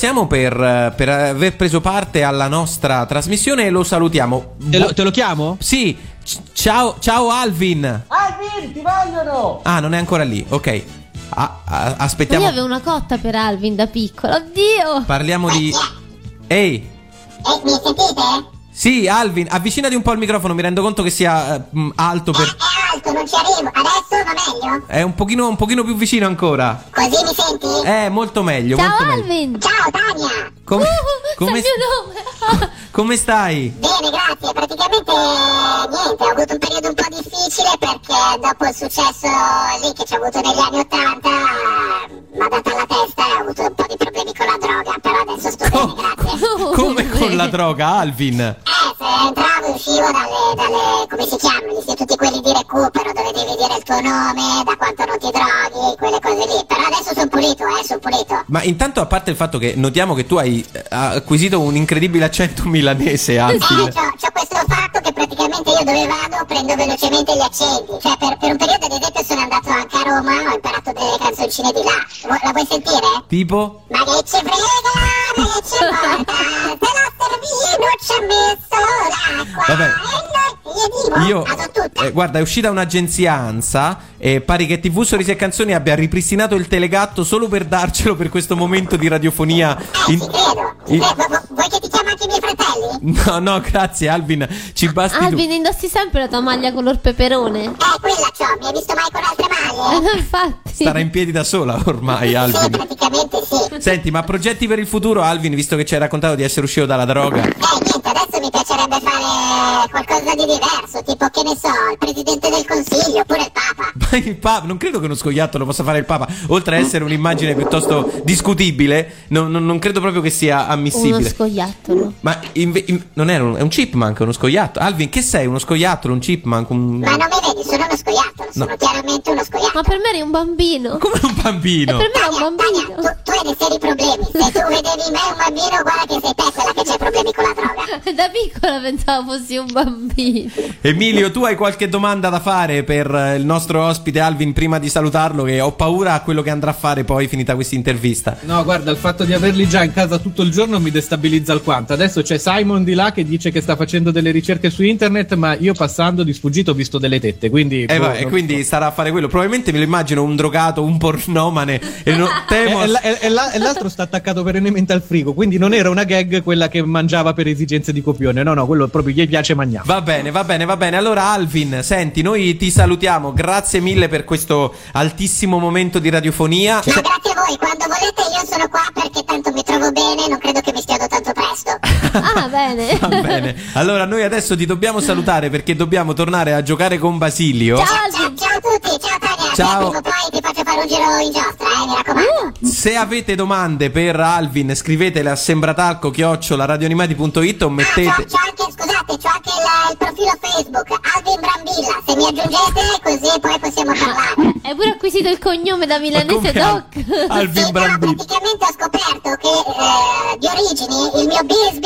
per aver preso parte alla nostra trasmissione e lo salutiamo. Te lo chiamo? Sì. Ciao Alvin. Alvin, ti vogliono. Ah, non è ancora lì, ok. Aspettiamo. Io avevo una cotta per Alvin da piccolo. Oddio. Parliamo di... Ehi, mi sentite? sì, Alvin, avvicinati un po' al microfono, mi rendo conto che sia alto per... È alto, non ci arrivo. Adesso va meglio? È un pochino più vicino ancora. Così mi senti? Molto meglio. Ciao molto Alvin. meglio. Ciao Tania. Come Sai il mio nome. Come stai? Bene, grazie. Praticamente niente, ho avuto un periodo un po' difficile perché dopo il successo lì che ci ho avuto negli anni '80 mi ha dato alla testa e ho avuto un po' di problemi con la droga, però adesso sto bene, grazie. Come con la droga, Alvin? Se entravo e uscivo dalle come si chiamano, gli istituti quelli di recupero dove devi dire il tuo nome, da quanto non ti droghi, quelle cose lì, però adesso sono pulito. Ma intanto, a parte il fatto che notiamo che tu hai acquisito un incredibile accento milanese, Alvin. C'ho questo fatto che praticamente io dove vado prendo velocemente gli accenti, cioè per un periodo ad esempio sono andato anche a Roma, ho imparato delle canzoncine di là, la vuoi sentire? Tipo? Ma che ci frega, ma che ci importa, se la servino ci ha messo l'acqua. Vabbè. E noi Io, guarda, è uscita un'agenzia ANSA e pare che TV Sorrisi e Canzoni abbia ripristinato il telegatto solo per darcelo per questo momento di radiofonia. Ci credo. Vuoi che ti chiami anche i miei fratelli? No, grazie Alvin, ci basti Alvin, tu. indossi sempre la tua maglia color peperone. Quella c'ho, mi hai visto mai con altre maglie? Infatti. Starà in piedi da sola ormai, Alvin. Sì, praticamente sì. Senti, ma progetti per il futuro, Alvin, visto che ci hai raccontato di essere uscito dalla droga? Niente, adesso mi piacerebbe fare qualcosa di diverso, tipo, che ne so, il presidente del consiglio, oppure il papa. Ma il papa, non credo che uno scoiattolo possa fare il papa. Oltre a essere un'immagine piuttosto discutibile, non credo proprio che sia ammissibile. Uno scoiattolo. Ma non è un chipmunk, uno scoiattolo. Alvin, che sei? Uno scoiattolo, un chipmunk? Ma non mi vedi, sono uno scoiattolo, sono chiaramente uno scoiattolo. Ma per me eri un bambino. Come un bambino? Per me è un bambino. Tania, tu hai dei seri problemi. Se tu vedevi me un bambino, guarda che sei te quella che c'hai problemi con la droga. Da piccola pensavo fossi un bambino. Emilio, tu hai qualche domanda da fare per il nostro ospite Alvin prima di salutarlo, che ho paura a quello che andrà a fare poi finita questa intervista. No, guarda, il fatto di averli già in casa tutto il giorno mi destabilizza alquanto. Adesso c'è Simon di là che dice che sta facendo delle ricerche su internet, ma io passando di sfuggito ho visto delle tette, quindi... E quindi starà a fare quello. Probabilmente me lo immagino un drogato, un pornomane e temo... e l'altro sta attaccato perennemente al frigo, quindi non era una gag quella che mangiava per esigenze di copione. No, quello proprio gli piace mangiare. Va bene. Allora Alvin, senti, noi ti salutiamo. Grazie mille per questo altissimo momento di radiofonia. Ma grazie a voi, quando volete io sono qua perché tanto mi trovo bene, non credo che mi stia tanto presto. Ah, bene. Va bene. Allora noi adesso ti dobbiamo salutare perché dobbiamo tornare a giocare con Basilio. Ciao a tutti, ciao Tania. Ciao. Prima o poi ti faccio fare un giro in giostra, mi raccomando. Se avete domande per Alvin, scrivetele a sembratalco@radioanimati.it o mettete... C'ho anche il profilo Facebook, Alvin Brambilla. Se mi aggiungete così poi possiamo parlare. Hai pure acquisito il cognome da milanese Doc. Alvin Brambilla. Praticamente ho scoperto che di origini il mio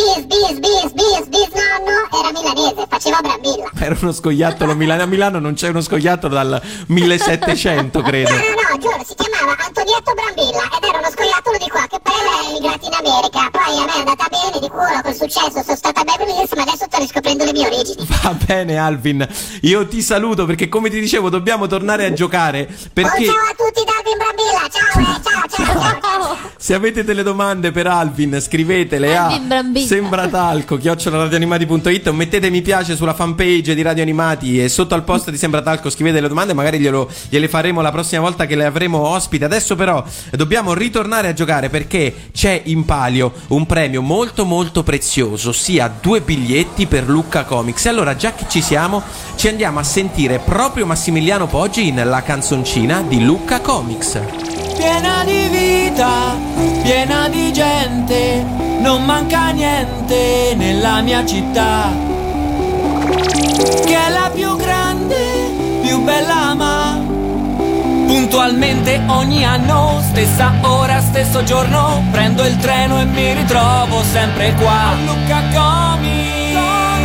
bis nonno era milanese, faceva Brambilla. Era uno scoiattolo a Milano non c'è uno scoiattolo dal 1700, credo. No, giuro, si chiamava Antonietto Brambilla ed era uno scoiattolo di qua che poi era emigrato in America. Poi a me è andata bene di culo col successo, sono stata a Beverly Hills, ma adesso sto riscoprendo le mie origini. Va bene Alvin, io ti saluto perché come ti dicevo dobbiamo tornare a giocare perché... Ciao a tutti da Alvin Brambilla, ciao. Se avete delle domande per Alvin, scrivetele a Alvin Brambilla. sembratalco@radioanimati.it o mettete mi piace sulla fanpage di Radio Animati e sotto al post di Sembratalco scrivete le domande, magari gliele faremo la prossima volta che le avremo ospite. Adesso però dobbiamo ritornare a giocare perché c'è in palio un premio molto molto prezioso, ossia 2 biglietti per Lucca Comics. E allora, già che ci siamo, ci andiamo a sentire proprio Massimiliano Poggi in La canzoncina di Lucca Comics. Piena di vita, piena di gente, non manca niente nella mia città, che è la più grande, più bella, ma puntualmente ogni anno, stessa ora, stesso giorno, prendo il treno e mi ritrovo sempre qua a Lucca Comics.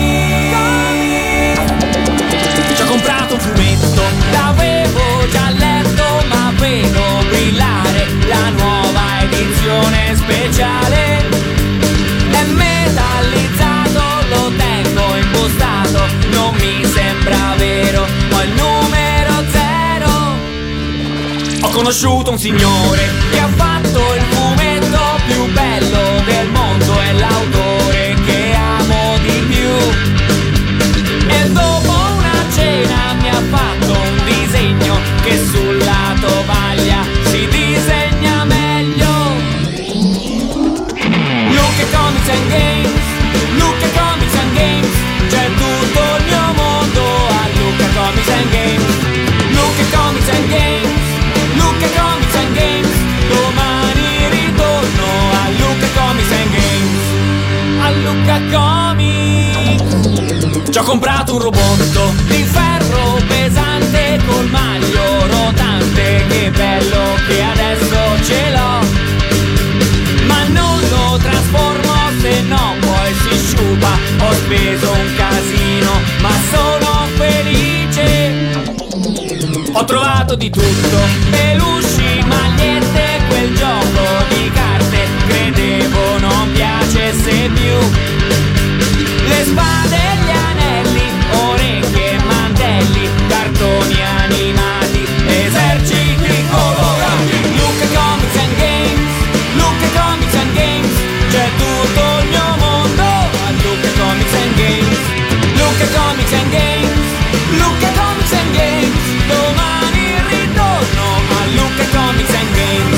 Ci ho comprato un fumetto, l'avevo già letto, ma vedo brillare la nuova edizione speciale. È metallizzato, lo tengo impostato, non mi sembra vero, ho il numero 0. Ho conosciuto un signore che ha fatto il fumetto più bello del mondo, è l'autore che amo di più. E dopo una cena mi ha fatto un disegno che sulla tovaglia si disegna meglio. Lucca Comics and Games, Lucca Comics and Games, c'è tutto il mio mondo a Lucca Comics and Games. Lucca Comics and Games, Lucca Comics and Games, domani ritorno a Lucca Comics and Games, a Lucca Comics. Ci ho comprato un robotto di ferro pesante col maglio rotante, che bello che adesso ce l'ho, ma non lo trasformo se no poi si sciupa. Ho speso un casino ma sono felice. Ho trovato di tutto, peluche, magliette, quel gioco di carte credevo non piacesse più. Le spade, gli anelli, orecchie, mantelli, cartoni animati, eserciti colorati. Lucca Comics and Games, Lucca Comics and Games, c'è tutto il mio mondo a Lucca Comics and Games. Lucca Comics and Games, Lucca Comics and Games, domani ritorno a Lucca Comics and Games.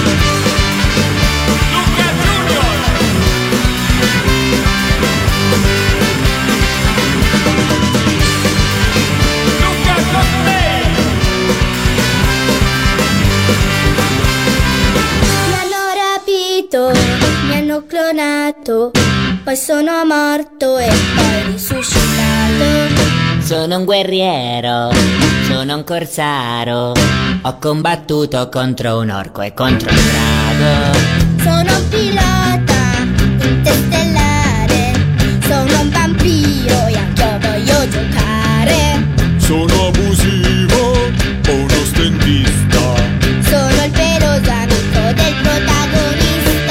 Lucca Junior. Mi hanno rapito, mi hanno clonato, poi sono morto e poi risuscitato. Sono un guerriero, sono un corsaro, ho combattuto contro un orco e contro un drago. Sono un pilota interstellare, sono un vampiro e anch'io voglio giocare. Sono abusivo o uno stentista. Sono il peloso amico del protagonista.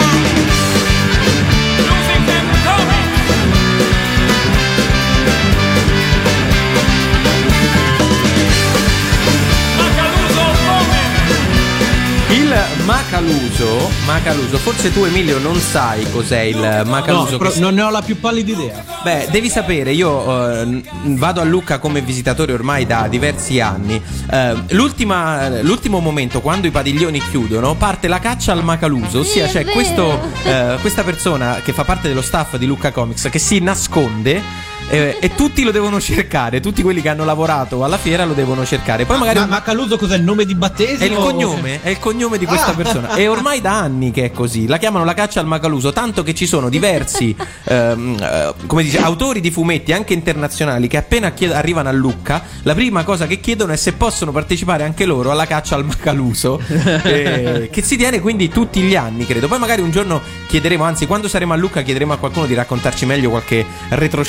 Il Macaluso, forse tu Emilio non sai cos'è il Macaluso. No, non ne ho la più pallida idea. Beh, devi sapere, io vado a Lucca come visitatore ormai da diversi anni. L'ultimo momento, quando i padiglioni chiudono, parte la caccia al Macaluso. Ossia c'è questa persona che fa parte dello staff di Lucca Comics che si nasconde e tutti lo devono cercare. Tutti quelli che hanno lavorato alla fiera lo devono cercare. Poi magari Macaluso cos'è, il nome di battesimo? È il cognome di questa persona. E ormai da anni che è così. La chiamano la caccia al Macaluso, tanto che ci sono diversi come dice, autori di fumetti anche internazionali che appena arrivano a Lucca, la prima cosa che chiedono è se possono partecipare anche loro alla caccia al Macaluso, che si tiene quindi tutti gli anni, credo. Poi magari un giorno chiederemo, anzi quando saremo a Lucca chiederemo a qualcuno di raccontarci meglio qualche retroscena riguardante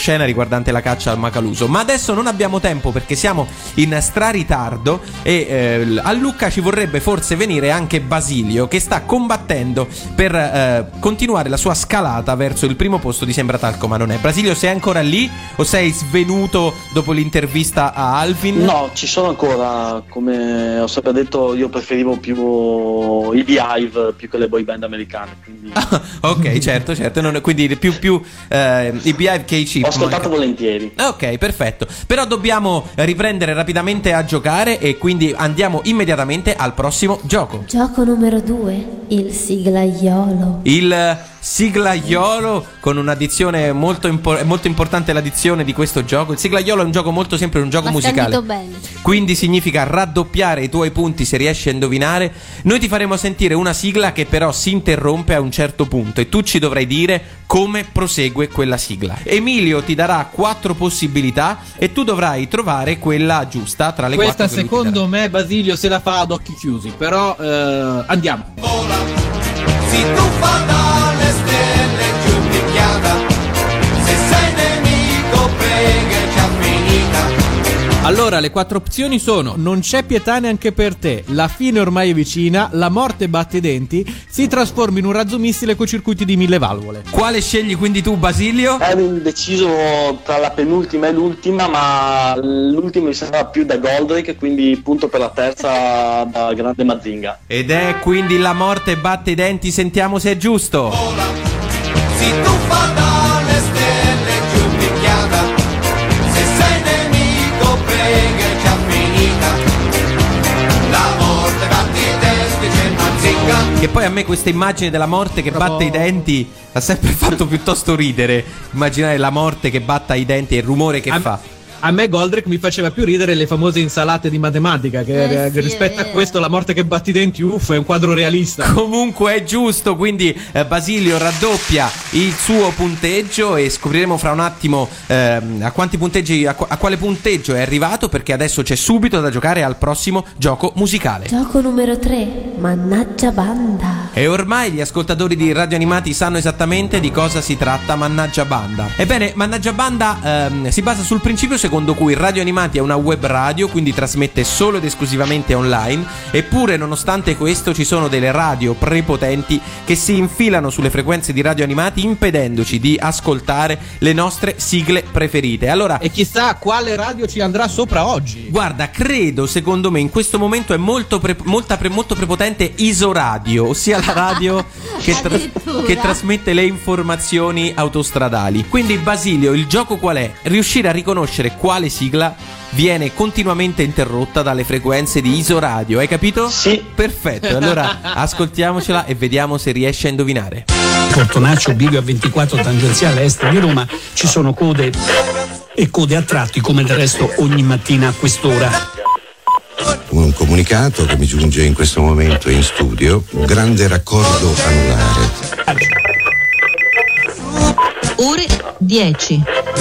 riguardante la caccia al macaluso. Ma adesso non abbiamo tempo perché siamo in straritardo e a Lucca ci vorrebbe forse venire anche Basilio, che sta combattendo per continuare la sua scalata verso il primo posto di Sembratalco, ma non è. Basilio, sei ancora lì o sei svenuto dopo l'intervista a Alvin? No, ci sono ancora. Come ho sempre detto, io preferivo più i Beehive più che le boy band americane, quindi... Ok, certo, quindi più i Beehive che i Chip. Ho ascoltato volentieri. Ok, perfetto. Però dobbiamo riprendere rapidamente a giocare e quindi andiamo immediatamente al prossimo gioco. Gioco numero 2, il siglaiolo. Il siglaiolo, con un'addizione molto importante, l'addizione di questo gioco. Il siglaiolo è un gioco molto semplice, un gioco musicale. Bene. Quindi significa raddoppiare i tuoi punti se riesci a indovinare. Noi ti faremo sentire una sigla che però si interrompe a un certo punto e tu ci dovrai dire come prosegue quella sigla. Emilio ti darà 4 possibilità e tu dovrai trovare quella giusta tra le 4. Questa secondo me Basilio se la fa ad occhi chiusi, però andiamo. Si tuffa dalle stelle giù in picchiata, se sei nemico prega è già finita. Allora, le 4 opzioni sono: non c'è pietà neanche per te, la fine ormai è vicina, la morte batte i denti, si trasforma in un razzo missile coi circuiti di 1000 valvole. Quale scegli quindi tu, Basilio? Ero indeciso tra la penultima e l'ultima, ma l'ultima mi sembrava più da Goldrake, quindi punto per la terza da grande Mazinga. Ed è quindi la morte batte i denti, sentiamo se è giusto. Si tuffa dalle stelle giù in picchiata, se sei nemico prega è già finita. La morte batte i denti, c'è Mazinga. Che poi a me questa immagine della morte che batte i denti ha sempre fatto piuttosto ridere. Immaginare la morte che batta i denti e il rumore che fa. A me Goldrake mi faceva più ridere le famose insalate di matematica, che rispetto a questo la morte che batti i denti, è un quadro realista. Comunque è giusto, quindi Basilio raddoppia il suo punteggio e scopriremo fra un attimo a quanti punteggi, a quale punteggio è arrivato, perché adesso c'è subito da giocare al prossimo gioco musicale. Gioco numero 3, Mannaggia Banda. E ormai gli ascoltatori di Radio Animati sanno esattamente di cosa si tratta Mannaggia Banda. Ebbene, Mannaggia Banda si basa sul principio secondo cui Radio Animati è una web radio, quindi trasmette solo ed esclusivamente online, eppure nonostante questo ci sono delle radio prepotenti che si infilano sulle frequenze di Radio Animati impedendoci di ascoltare le nostre sigle preferite. Allora, e chissà quale radio ci andrà sopra oggi. Guarda, credo, secondo me in questo momento è molto prepotente Isoradio, ossia la radio che trasmette le informazioni autostradali. Quindi Basilio, il gioco qual è? Riuscire a riconoscere quale sigla viene continuamente interrotta dalle frequenze di Isoradio, hai capito? Sì. Perfetto, allora ascoltiamocela e vediamo se riesci a indovinare. Portonaccio, bivio a 24 tangenziale est di Roma, ci sono code e code a tratti, come del resto ogni mattina a quest'ora. Un comunicato che mi giunge in questo momento in studio: grande raccordo anulare. Ore 10.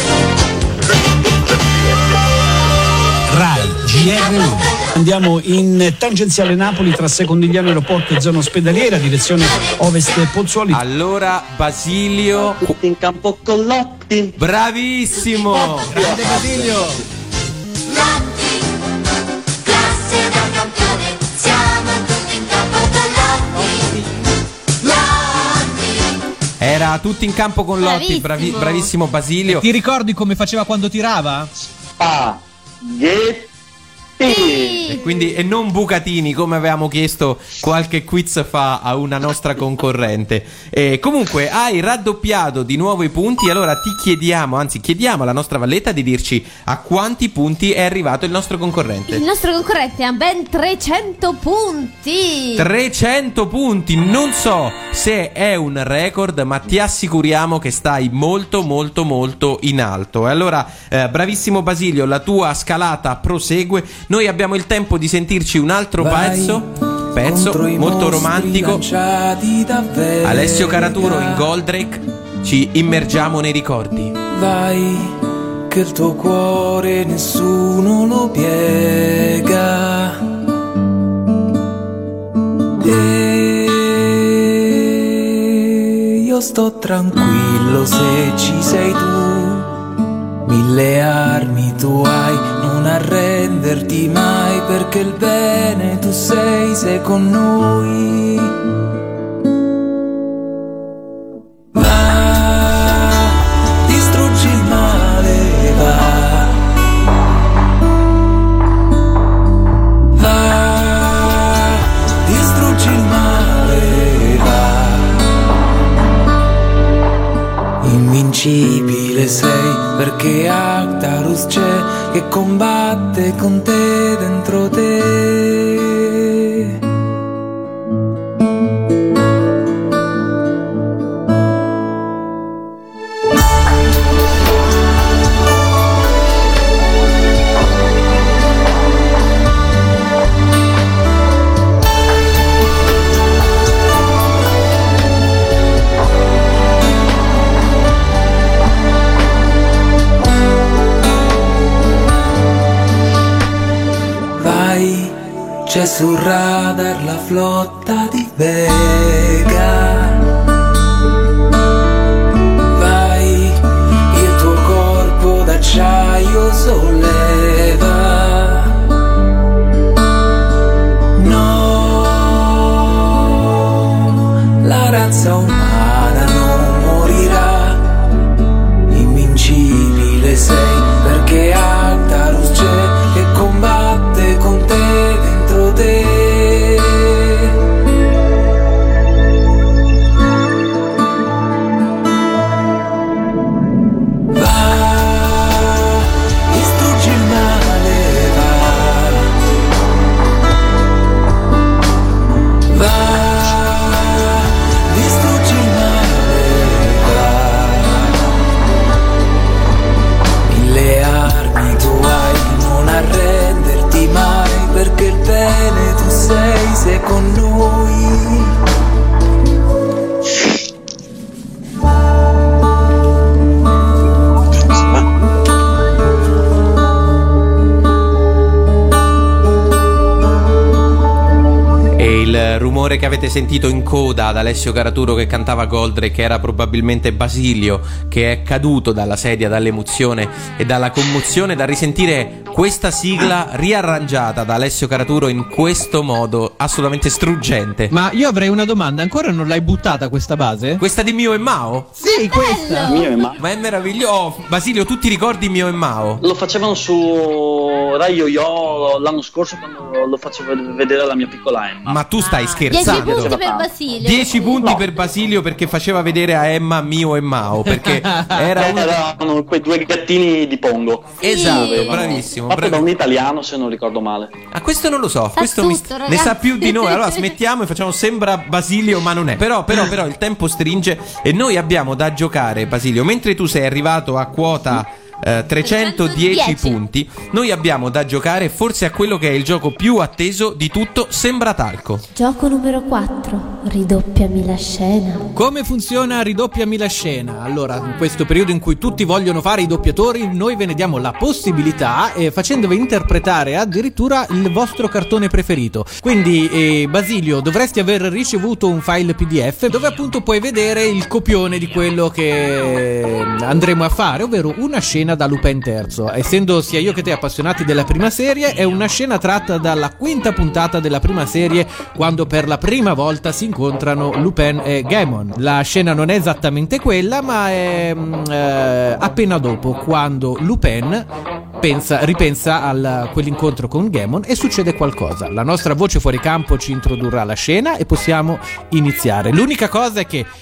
RAI GR1. Andiamo in tangenziale Napoli tra Secondigliano Aeroporto e zona ospedaliera, direzione ovest Pozzuoli. Allora Basilio, tutti in campo con Lotti. Bravissimo. Grande Basilio. Lotti, classe da campione, siamo tutti in campo con Lotti. Lotti. Era tutti in campo con Lotti. Bravissimo Basilio. Ti ricordi come faceva quando tirava? Spaghetti. E non bucatini, come avevamo chiesto qualche quiz fa a una nostra concorrente. Comunque hai raddoppiato di nuovo i punti. Allora chiediamo alla nostra Valletta di dirci a quanti punti è arrivato il nostro concorrente. Il nostro concorrente ha ben 300 punti. 300 punti. Non so se è un record, ma ti assicuriamo che stai molto molto molto in alto. E allora bravissimo Basilio, la tua scalata prosegue. Noi abbiamo il tempo di sentirci un altro pezzo molto romantico. Alessio Caraturo in Goldrake, ci immergiamo nei ricordi. Vai, che il tuo cuore nessuno lo piega. E io sto tranquillo se ci sei tu. 1000 armi tu hai, non arrenderti mai, perché il bene tu sei con noi. Va, distruggi il male, va. Va, distruggi il male, va. Invincibile sei, perché Actarus c'è che combatte con te dentro te. C'è sul radar la flotta di Vega. Vai, il tuo corpo d'acciaio solleva. No, la razza umana non morirà. Invincibile sei, perché Actarus c'è che combatte con te dentro te. Sei con noi. E il rumore che avete sentito in coda ad Alessio Caraturo che cantava Goldrake era probabilmente Basilio, che è caduto dalla sedia dall'emozione e dalla commozione da risentire questa sigla riarrangiata da Alessio Caraturo in questo modo assolutamente struggente. Ma io avrei una domanda, ancora non l'hai buttata questa base? Questa di Mio e Mao? Sì, questa. Mio e Mao. Ma è meraviglioso. Oh, Basilio, tu ti ricordi Mio e Mao? Lo facevano su Rai Yo-Yo l'anno scorso quando lo facevo vedere alla mia piccola Emma. Ma tu stai 10 scherzando? punti per Basilio. 10 punti No. per Basilio perché faceva vedere a Emma Mio e Mao, perché erano quei due gattini di Pongo. Esatto, bravissimo. Fatto da un italiano, se non ricordo male. Ah, questo non lo so, Sa questo tutto, ne ragazzi. sa più di noi. Allora smettiamo e facciamo sembra Basilio, ma non è. Però il tempo stringe e noi abbiamo da giocare, Basilio, mentre tu sei arrivato a quota 310 punti, noi abbiamo da giocare forse a quello che è il gioco più atteso di tutto, Sembra Talco. Gioco numero 4. Ridoppiami la scena. Come funziona Ridoppiami la scena? Allora, in questo periodo in cui tutti vogliono fare i doppiatori, noi ve ne diamo la possibilità, facendovi interpretare addirittura il vostro cartone preferito. Quindi, Basilio, dovresti aver ricevuto un file PDF dove appunto puoi vedere il copione di quello che andremo a fare, ovvero una scena da Lupin III. Essendo sia io che te appassionati della prima serie, è una scena tratta dalla quinta puntata della prima serie, quando per la prima volta si incontrano Lupin e Gaemon. La scena non è esattamente quella, ma è appena dopo, quando Lupin ripensa a quell'incontro con Gaemon e succede qualcosa. La nostra voce fuori campo ci introdurrà la scena e possiamo iniziare. L'unica cosa è che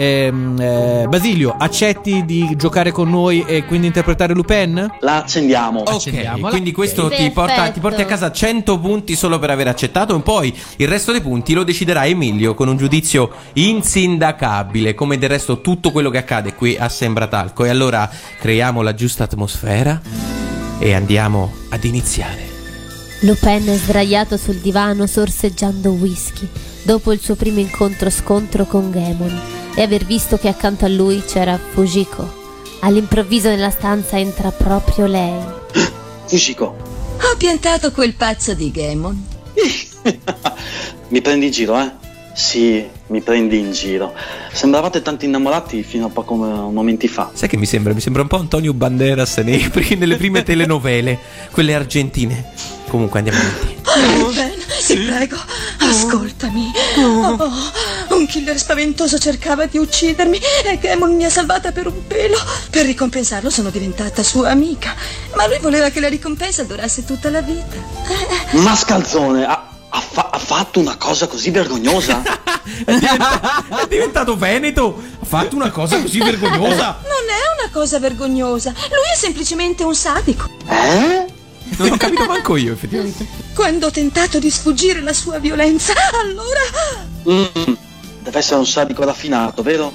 Basilio, accetti di giocare con noi e quindi interpretare Lupin? La accendiamo. Ok, quindi questo ti porti a casa 100 punti solo per aver accettato. Poi il resto dei punti lo deciderà Emilio con un giudizio insindacabile, come del resto tutto quello che accade qui a Sembra Talco. E allora creiamo la giusta atmosfera e andiamo ad iniziare. Lupin è sdraiato sul divano sorseggiando whisky dopo il suo primo incontro-scontro con Gaemon e aver visto che accanto a lui c'era Fujiko. All'improvviso nella stanza entra proprio lei. Fujiko. Ho piantato quel pazzo di Gaemon. Mi prendi in giro, eh? Sì, mi prendi in giro. Sembravate tanto innamorati fino a poco momenti fa. Sai che mi sembra un po' Antonio Banderas nelle prime telenovele, quelle argentine. Comunque andiamo avanti. Ben, ti prego, ascoltami. Oh, un killer spaventoso cercava di uccidermi e Gamon mi ha salvata per un pelo. Per ricompensarlo sono diventata sua amica. Ma lui voleva che la ricompensa durasse tutta la vita. Mascalzone, ha fatto una cosa così vergognosa? È diventato veneto? Ha fatto una cosa così vergognosa? Non è una cosa vergognosa. Lui è semplicemente un sadico. Non ho capito manco io, effettivamente. Quando ho tentato di sfuggire la sua violenza, allora... Deve essere un sadico raffinato, vero?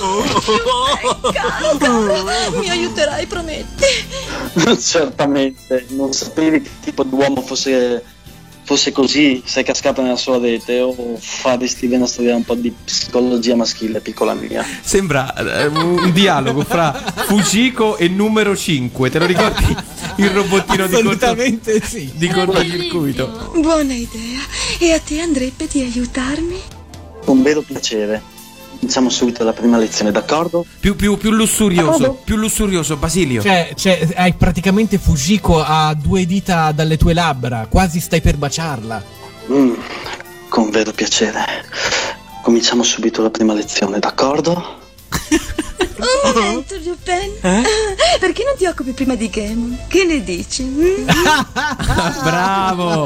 Caro, mi aiuterai, prometti? Certamente. Non sapevi che tipo d'uomo fosse così, sei cascata nella sua rete, o faresti bene a studiare un po' di psicologia maschile, piccola mia. Sembra un dialogo fra Fujiko e numero 5. Te lo ricordi? Il robottino di cortocircuito. Buona idea. E a te andrebbe di aiutarmi? Con vero piacere. Iniziamo subito la prima lezione, d'accordo? Più lussurioso, Basilio. Cioè, hai praticamente Fujiko a 2 dita dalle tue labbra, quasi stai per baciarla. Con vero piacere. Cominciamo subito la prima lezione, d'accordo? Un momento, Lupin. Perché non ti occupi prima di Gamon? Che ne dici? Bravo.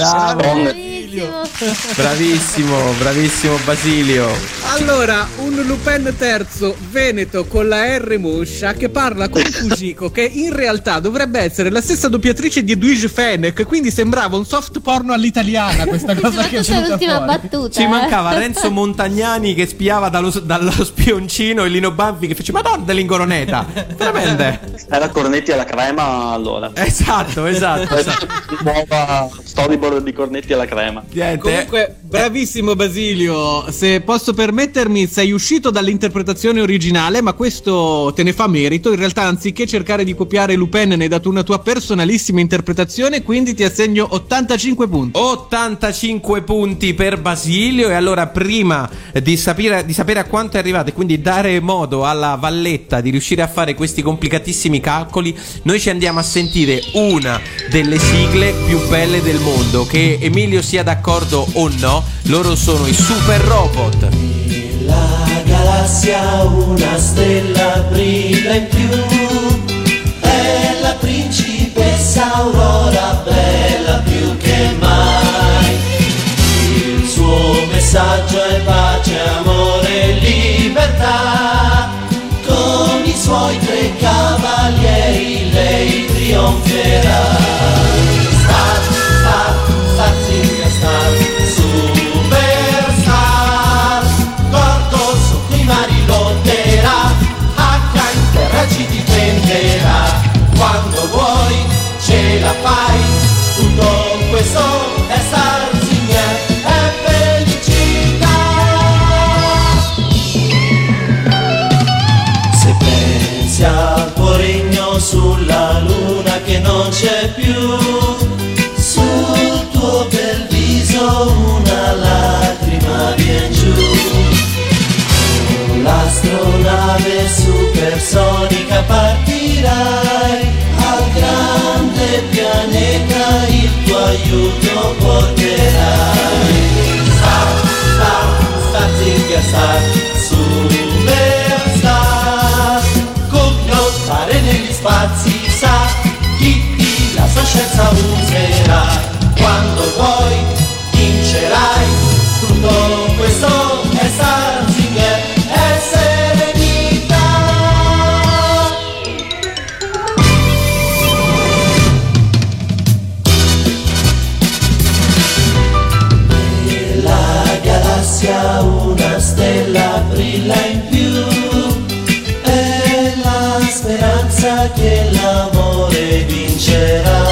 Bravissimo Basilio. Allora, un Lupin terzo veneto con la R moscia che parla con Fujiko, che in realtà dovrebbe essere la stessa doppiatrice di Edwige Fenech, quindi sembrava un soft porno all'italiana questa cosa che è venuta l'ultima fuori. battuta. Ci mancava Renzo Montagnani che spiava dallo spioncino e Lino Banfi che fece Madonna dell'ingoroneta. Veramente. Era Cornetti alla crema, allora. Esatto. Nuova storyboard di Cornetti alla crema. Comunque, bravissimo Basilio. Se posso permettermi, sei uscito dall'interpretazione originale, ma questo te ne fa merito. In realtà, anziché cercare di copiare Lupin, ne hai dato una tua personalissima interpretazione, quindi ti assegno 85 punti. 85 punti per Basilio. E allora, prima di sapere a quanto è arrivato e quindi dare modo alla Valletta di riuscire a fare questi complicatissimi calcoli, noi ci andiamo a sentire una delle sigle più belle del mondo. Che Emilio sia d'accordo o no, loro sono i Super Robot. Nella galassia una stella brilla in più, è la principessa Aurora, bella più che mai. Il suo messaggio è pace, amore e libertà. Con i suoi 3 cavalieri lei trionferà. Star, superstar, gordo su cui mari lotterà, H in terra ci difenderà. Quando vuoi ce la fai, tutto questo è Starsinger, è felicità. Se pensi al tuo regno sulla luna che non c'è più, sul tuo bel viso una lacrima vien giù. Con l'astronave supersonica partirai al grande pianeta, il tuo aiuto porterai. Starsinger, star, superstar, con lottare negli spazi sa chi la sua scienza userà. Quando vuoi vincerai, tutto questo è Starsinger, è serenità. Nella galassia una stella brilla in più, è la speranza che l'amore vincerà.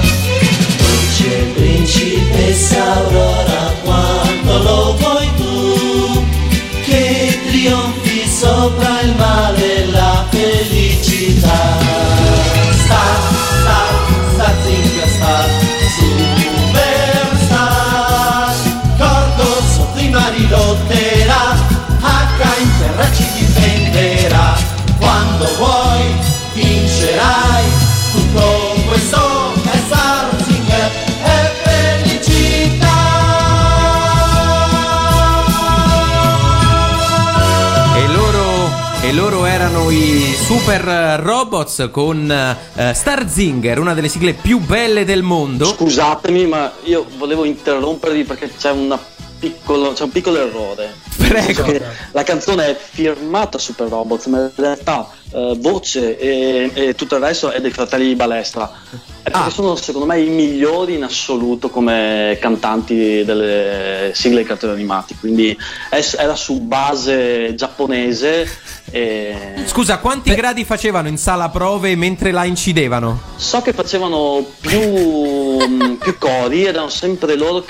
Principessa Aurora, quanto lo vuoi tu, che trionfi sopra il male e la felicità. Starsinger, star, superstar, cordo sotto i mari loro. Loro erano i Super Robots con Starzinger, una delle sigle più belle del mondo. Scusatemi, ma io volevo interrompervi perché c'è un piccolo errore. Prego. La canzone è firmata Super Robots, ma in realtà voce e tutto il resto è dei fratelli Balestra. Perché sono secondo me i migliori in assoluto come cantanti delle sigle dei cartoni animati, quindi era su base giapponese. Scusa, quanti gradi facevano in sala prove mentre la incidevano? So che facevano più cori, erano sempre loro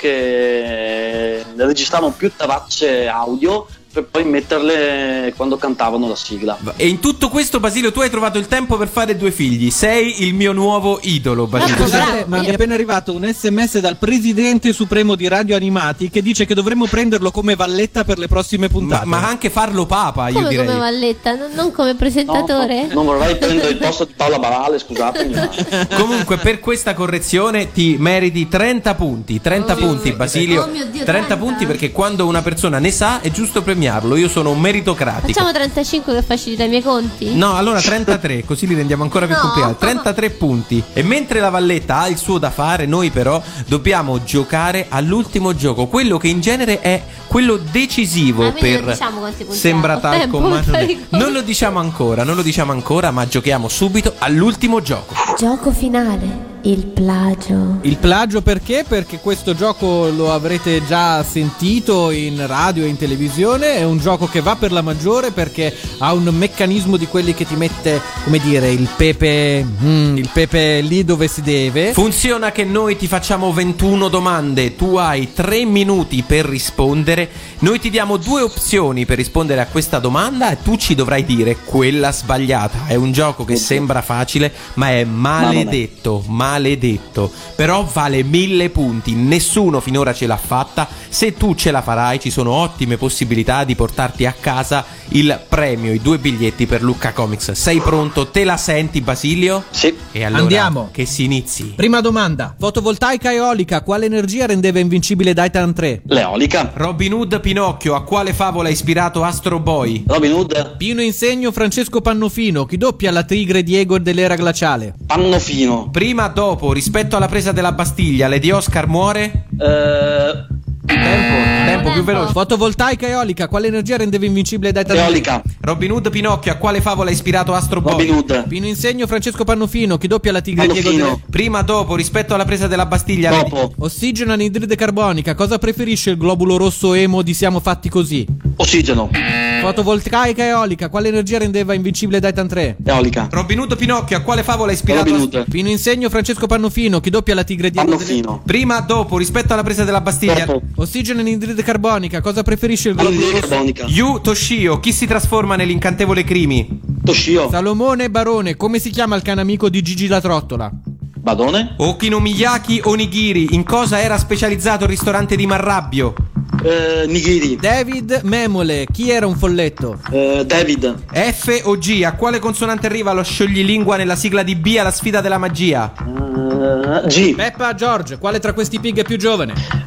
che registravano più tracce audio per poi metterle quando cantavano la sigla. E in tutto questo, Basilio, tu hai trovato il tempo per fare 2 figli. Sei il mio nuovo idolo, Basilio. Scusate, ma mi è appena arrivato un SMS dal presidente supremo di Radio Animati che dice che dovremmo prenderlo come valletta per le prossime puntate. Ma anche farlo papa, io come direi. Come valletta, non come presentatore? Non vorrei prendere il posto di Paola Barale, scusatemi. Comunque, per questa correzione ti meriti 30 punti. 30 punti, Basilio. Oh mio Dio, 30 punti, perché quando una persona ne sa è giusto premiarlo. Io sono un meritocratico. Facciamo 35 che facilita i miei conti? No, allora 33, così li rendiamo ancora più complicati. 33 punti. E mentre la valletta ha il suo da fare, noi però dobbiamo giocare all'ultimo gioco, quello che in genere è quello decisivo per... Non diciamo quanti punti Sembra abbiamo. talco, ma non lo diciamo ancora, ma giochiamo subito all'ultimo gioco. Gioco finale. Il plagio. Il plagio perché? Perché questo gioco lo avrete già sentito in radio e in televisione. È un gioco che va per la maggiore perché ha un meccanismo di quelli che ti mette, come dire, il pepe lì dove si deve. Funziona che noi ti facciamo 21 domande, tu hai 3 minuti per rispondere. Noi ti diamo 2 opzioni per rispondere a questa domanda e tu ci dovrai dire quella sbagliata. È un gioco che sembra facile, ma è maledetto. Però vale 1000 punti. Nessuno finora ce l'ha fatta. Se tu ce la farai, ci sono ottime possibilità di portarti a casa il premio, i 2 biglietti per Lucca Comics. Sei pronto? Te la senti, Basilio? Sì. E allora andiamo. Che si inizi. Prima domanda: fotovoltaica eolica, quale energia rendeva invincibile Titan 3? L'eolica. Robin Hood Pinocchio, a quale favola ha ispirato Astro Boy? Robin Hood. Pino Insegno Francesco Pannofino, chi doppia la tigre Diego dell'era glaciale? Pannofino. Prima dopo, rispetto alla presa della Bastiglia, Lady Oscar muore? Tempo più veloce. Fotovoltaica eolica, quale energia rendeva invincibile Titan 3? Eolica. Robin Hood Pinocchio, a quale favola ha ispirato Astro Boy? Robin Hood. Pino Insegno Francesco Pannofino, chi doppia la tigre Diego Pannofino. Prima dopo, rispetto alla presa della Bastiglia, Dopo. Ossigeno anidride carbonica, cosa preferisce il globulo rosso emo di Siamo fatti così? Ossigeno. Fotovoltaica eolica, quale energia rendeva invincibile Titan 3? Eolica. Robin Hood Pinocchio, a quale favola ha ispirato Robin Hood. Pino Insegno Francesco Pannofino, chi doppia la tigre Diego Pannofino. Prima dopo, rispetto alla presa della Bastiglia. Dopo. Ossigeno anidride carbonica, cosa preferisce il globulo Anidride rosso? carbonica. Yu Toshio, chi si trasforma nell'incantevole Crimi? Toshio. Salomone Barone, come si chiama il cane amico di Gigi la Trottola? Badone. Okinomiyaki Onigiri, in cosa era specializzato il ristorante di Marrabbio? Nigiri. David Memole, chi era un folletto? David. F o G, a quale consonante arriva lo scioglilingua nella sigla di B alla sfida della magia? G. Peppa George, quale tra questi pig è più giovane?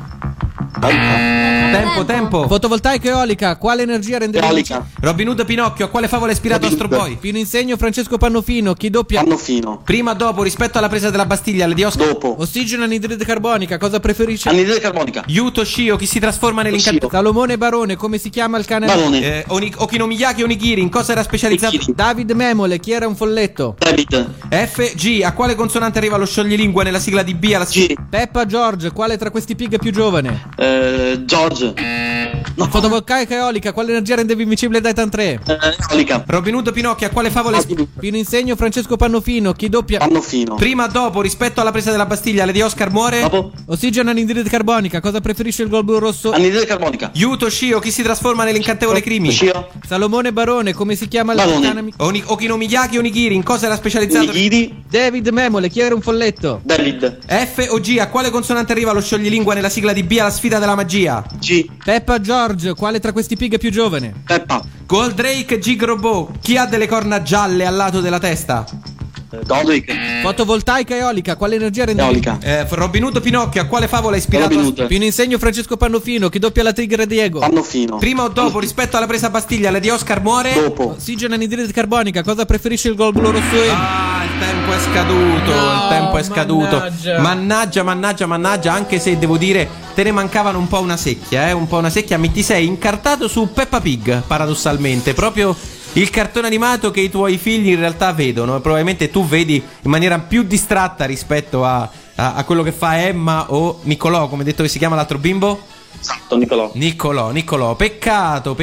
Tempo. Fotovoltaica eolica, quale energia rendeva Eolica. Robin Hood Pinocchio, a quale favola è ispirato Robin Astro Hood. Boy? Pino Insegno Francesco Pannofino, chi doppia? Pannofino. Prima dopo, rispetto alla presa della Bastiglia, Lady Oscar. Dopo. Ossigeno anidride carbonica, cosa preferisce? Anidride carbonica. Yu Toshio, chi si trasforma nell'incantevole? Salomone Barone, come si chiama il cane? Barone. Okinomiyaki Onigiri, in cosa era specializzato? Nigiri. David Memole, chi era un folletto? David. F G, a quale consonante arriva lo scioglilingua nella sigla di B alla sfida? G. Peppa George, quale tra questi pig è più giovane? George. No. Fotovoltaica eolica, quale energia rendeva invincibile Titan 3? Eolica. Robin Hood Pinocchio, a quale favola Pino Insegno Francesco Pannofino, chi doppia? Pannofino. Prima dopo, rispetto alla presa della Bastiglia, Lady Oscar muore? Dopo. Ossigeno anidride carbonica, cosa preferisce il globulo rosso? Anidride carbonica. Yu Toshio, chi si trasforma nell'incantevole Crimi? Toshio. Salomone Barone, come si chiama il Barone. cane amico? Okinomiyaki Onigiri, in cosa era specializzato? Nigiri. David Memole, chi era un folletto? David. F o G, a quale consonante arriva lo scioglilingua nella sigla di B alla sfida della magia? G. Peppa George, quale tra questi pig è più giovane? Peppa. Goldrake G Robot, chi ha delle corna gialle al lato della testa? Godric. Fotovoltaica, eolica, quale energia rende? Eolica. Robin Hood, Pinocchio, a quale favola è ispirato? Robin Hood. Pino Insegno, Francesco Pannofino, chi doppia la Tigre Diego? Pannofino. Prima o dopo rispetto alla presa Bastiglia, Lady Oscar muore? Dopo. Ossigeno, anidride carbonica, cosa preferisce il globulo rosso? Il tempo è scaduto, il tempo è scaduto. Mannaggia, anche se devo dire te ne mancavano un po' una secchia, mi ti sei incartato su Peppa Pig, paradossalmente, proprio il cartone animato che i tuoi figli in realtà vedono, e probabilmente tu vedi in maniera più distratta rispetto a quello che fa Emma o Niccolò, come detto che si chiama l'altro bimbo? Esatto, Niccolò. Peccato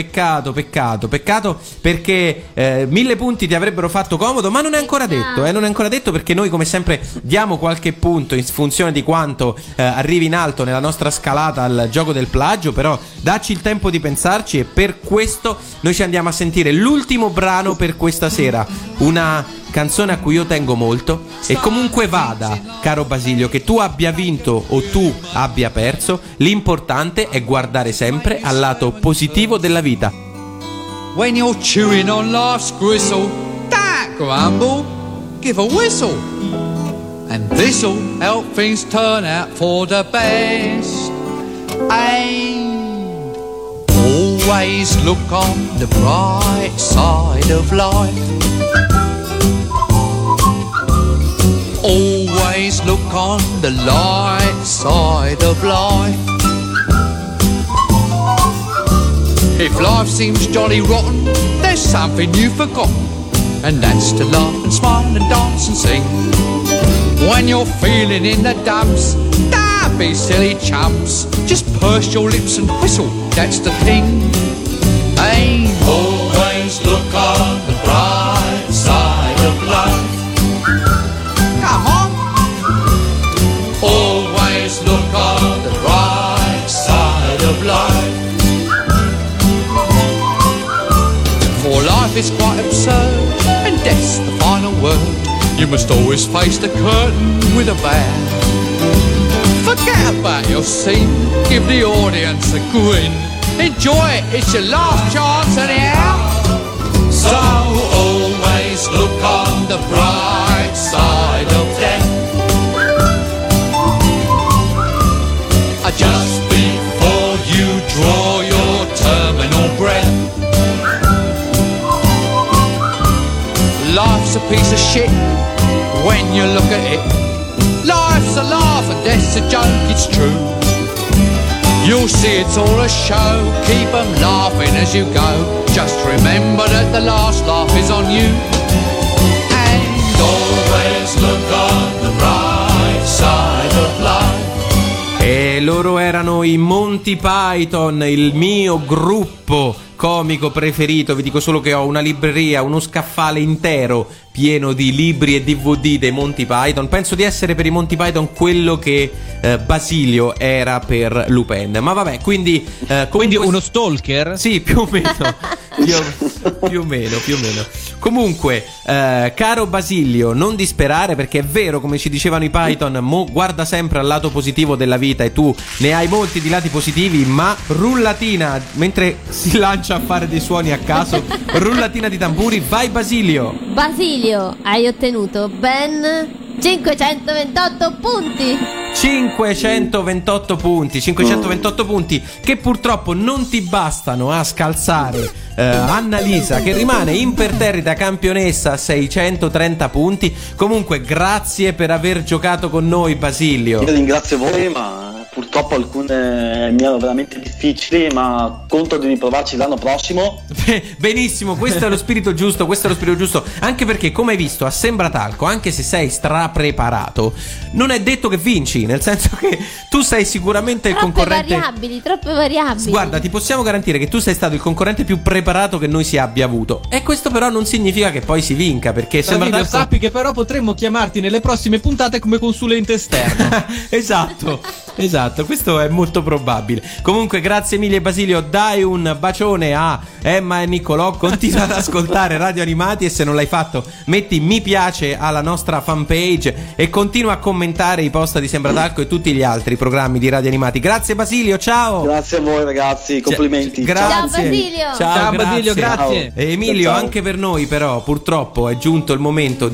perché 1000 punti ti avrebbero fatto comodo, ma non è ancora detto, perché noi come sempre diamo qualche punto in funzione di quanto arrivi in alto nella nostra scalata al gioco del plagio. Però dacci il tempo di pensarci, e per questo noi ci andiamo a sentire l'ultimo brano per questa sera, una canzone a cui io tengo molto. E comunque vada, caro Basilio, che tu abbia vinto o tu abbia perso, l'importante è guardare sempre al lato positivo della vita. When you're chewing on life's gristle, don't grumble, give a whistle, and this'll help things turn out for the best. And always look on the bright side of life. Always look on the light side of life. If life seems jolly rotten, there's something you've forgotten, and that's to laugh and smile and dance and sing. When you're feeling in the dumps, don't be silly chumps, just purse your lips and whistle, that's the thing. Hey, always look on the bright side of life. Come on. Always look on the bright side of life. For life is quite absurd, and death's the final word. You must always face the curtain with a bow. Forget about your scene, give the audience a grin. Enjoy it, it's your last chance anyhow. So always look on the bright side of death. Just before you draw your terminal breath. Life's a piece of shit when you look at it. Life's a laugh and death's a joke, it's true. You'll see it's all a show, keep 'em laughing as you go. Just remember that the last laugh is on you. And always look on the bright side of life. E loro erano i Monty Python, il mio gruppo comico preferito. Vi dico solo che ho una libreria, uno scaffale intero pieno di libri e DVD dei Monty Python. Penso di essere per i Monty Python quello che Basilio era per Lupin. Ma vabbè, quindi quindi uno stalker? Sì, più o meno. più o meno. Comunque, caro Basilio, non disperare, perché è vero, come ci dicevano i Python, guarda sempre al lato positivo della vita, e tu ne hai molti di lati positivi. Ma rullatina, mentre si lancia a fare dei suoni a caso, rullatina di tamburi, vai Basilio. Basilio, hai ottenuto ben 528 punti. 528 punti che purtroppo non ti bastano a scalzare Annalisa, che rimane imperterrita campionessa a 630 punti. Comunque grazie per aver giocato con noi, Basilio. Io ringrazio voi, ma purtroppo alcune mi erano veramente difficili, ma conto di riprovarci l'anno prossimo. Benissimo, questo è lo spirito giusto, anche perché, come hai visto, a Sembratalco, anche se sei strapreparato, non è detto che vinci, nel senso che tu sei sicuramente il concorrente. Troppe variabili. Guarda, ti possiamo garantire che tu sei stato il concorrente più preparato che noi si abbia avuto, e questo però non significa che poi si vinca, perché Sembratalco... sappi che però potremmo chiamarti nelle prossime puntate come consulente esterno. Esatto, questo è molto probabile. Comunque grazie mille Basilio, dai un bacione a Emma e Niccolò, continua ad ascoltare Radio Animati, e se non l'hai fatto metti mi piace alla nostra fanpage e continua a commentare i post di Sembratalco e tutti gli altri programmi di Radio Animati. Grazie Basilio, ciao. Grazie a voi ragazzi, complimenti. Grazie. Ciao Basilio. Ciao Basilio, grazie. E Emilio, Ciao. anche per noi però purtroppo è giunto il momento di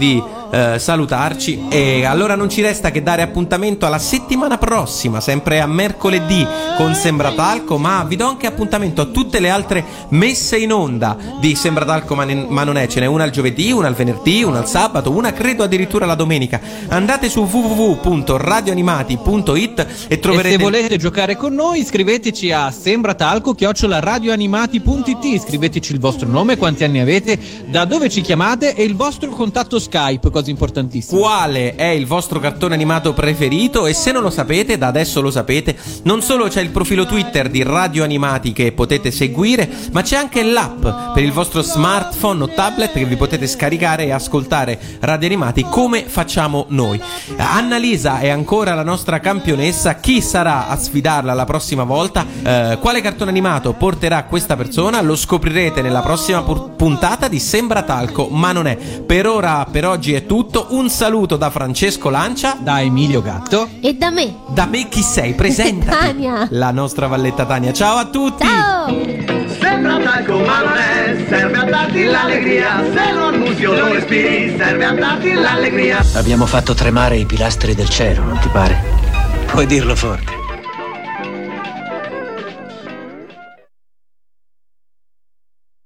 salutarci. E allora non ci resta che dare appuntamento alla settimana prossima, sempre a mercoledì con Sembratalco, ma vi do anche appuntamento a tutte le altre messe in onda di Sembratalco ma non è. Ce n'è una al giovedì, una al venerdì, una al sabato, una credo addirittura la domenica. Andate su www.radioanimati.it e troverete. E se volete giocare con noi, scriveteci a sembratalco@radioanimati.it. Scriveteci il vostro nome, quanti anni avete, da dove ci chiamate e il vostro contatto Skype, cosa importantissima. Quale è il vostro cartone animato preferito? E se non lo sapete, da adesso lo sapete. Non solo c'è il profilo Twitter di Radio Animati che potete seguire, ma c'è anche l'app per il vostro smartphone o tablet che vi potete scaricare e ascoltare Radio Animati come facciamo noi. Annalisa è ancora la nostra campionessa. Chi sarà a sfidarla la prossima volta? Quale cartone animato porterà questa persona? Lo scoprirete nella prossima puntata di Sembratalco ma non è. Per ora, per oggi è tutto. Un saluto da Francesco Lancia, da Emilio Gatto e da me. Da me chi sei? Presentati. Tania. La nostra Valletta Tania. Ciao a tutti. Ciao. Sembratalco ma non è, serve a darti l'allegria. Se lo annusi o lo respiri, serve a darti l'allegria. Abbiamo fatto tremare i pilastri del cielo, non ti pare? Puoi dirlo forte.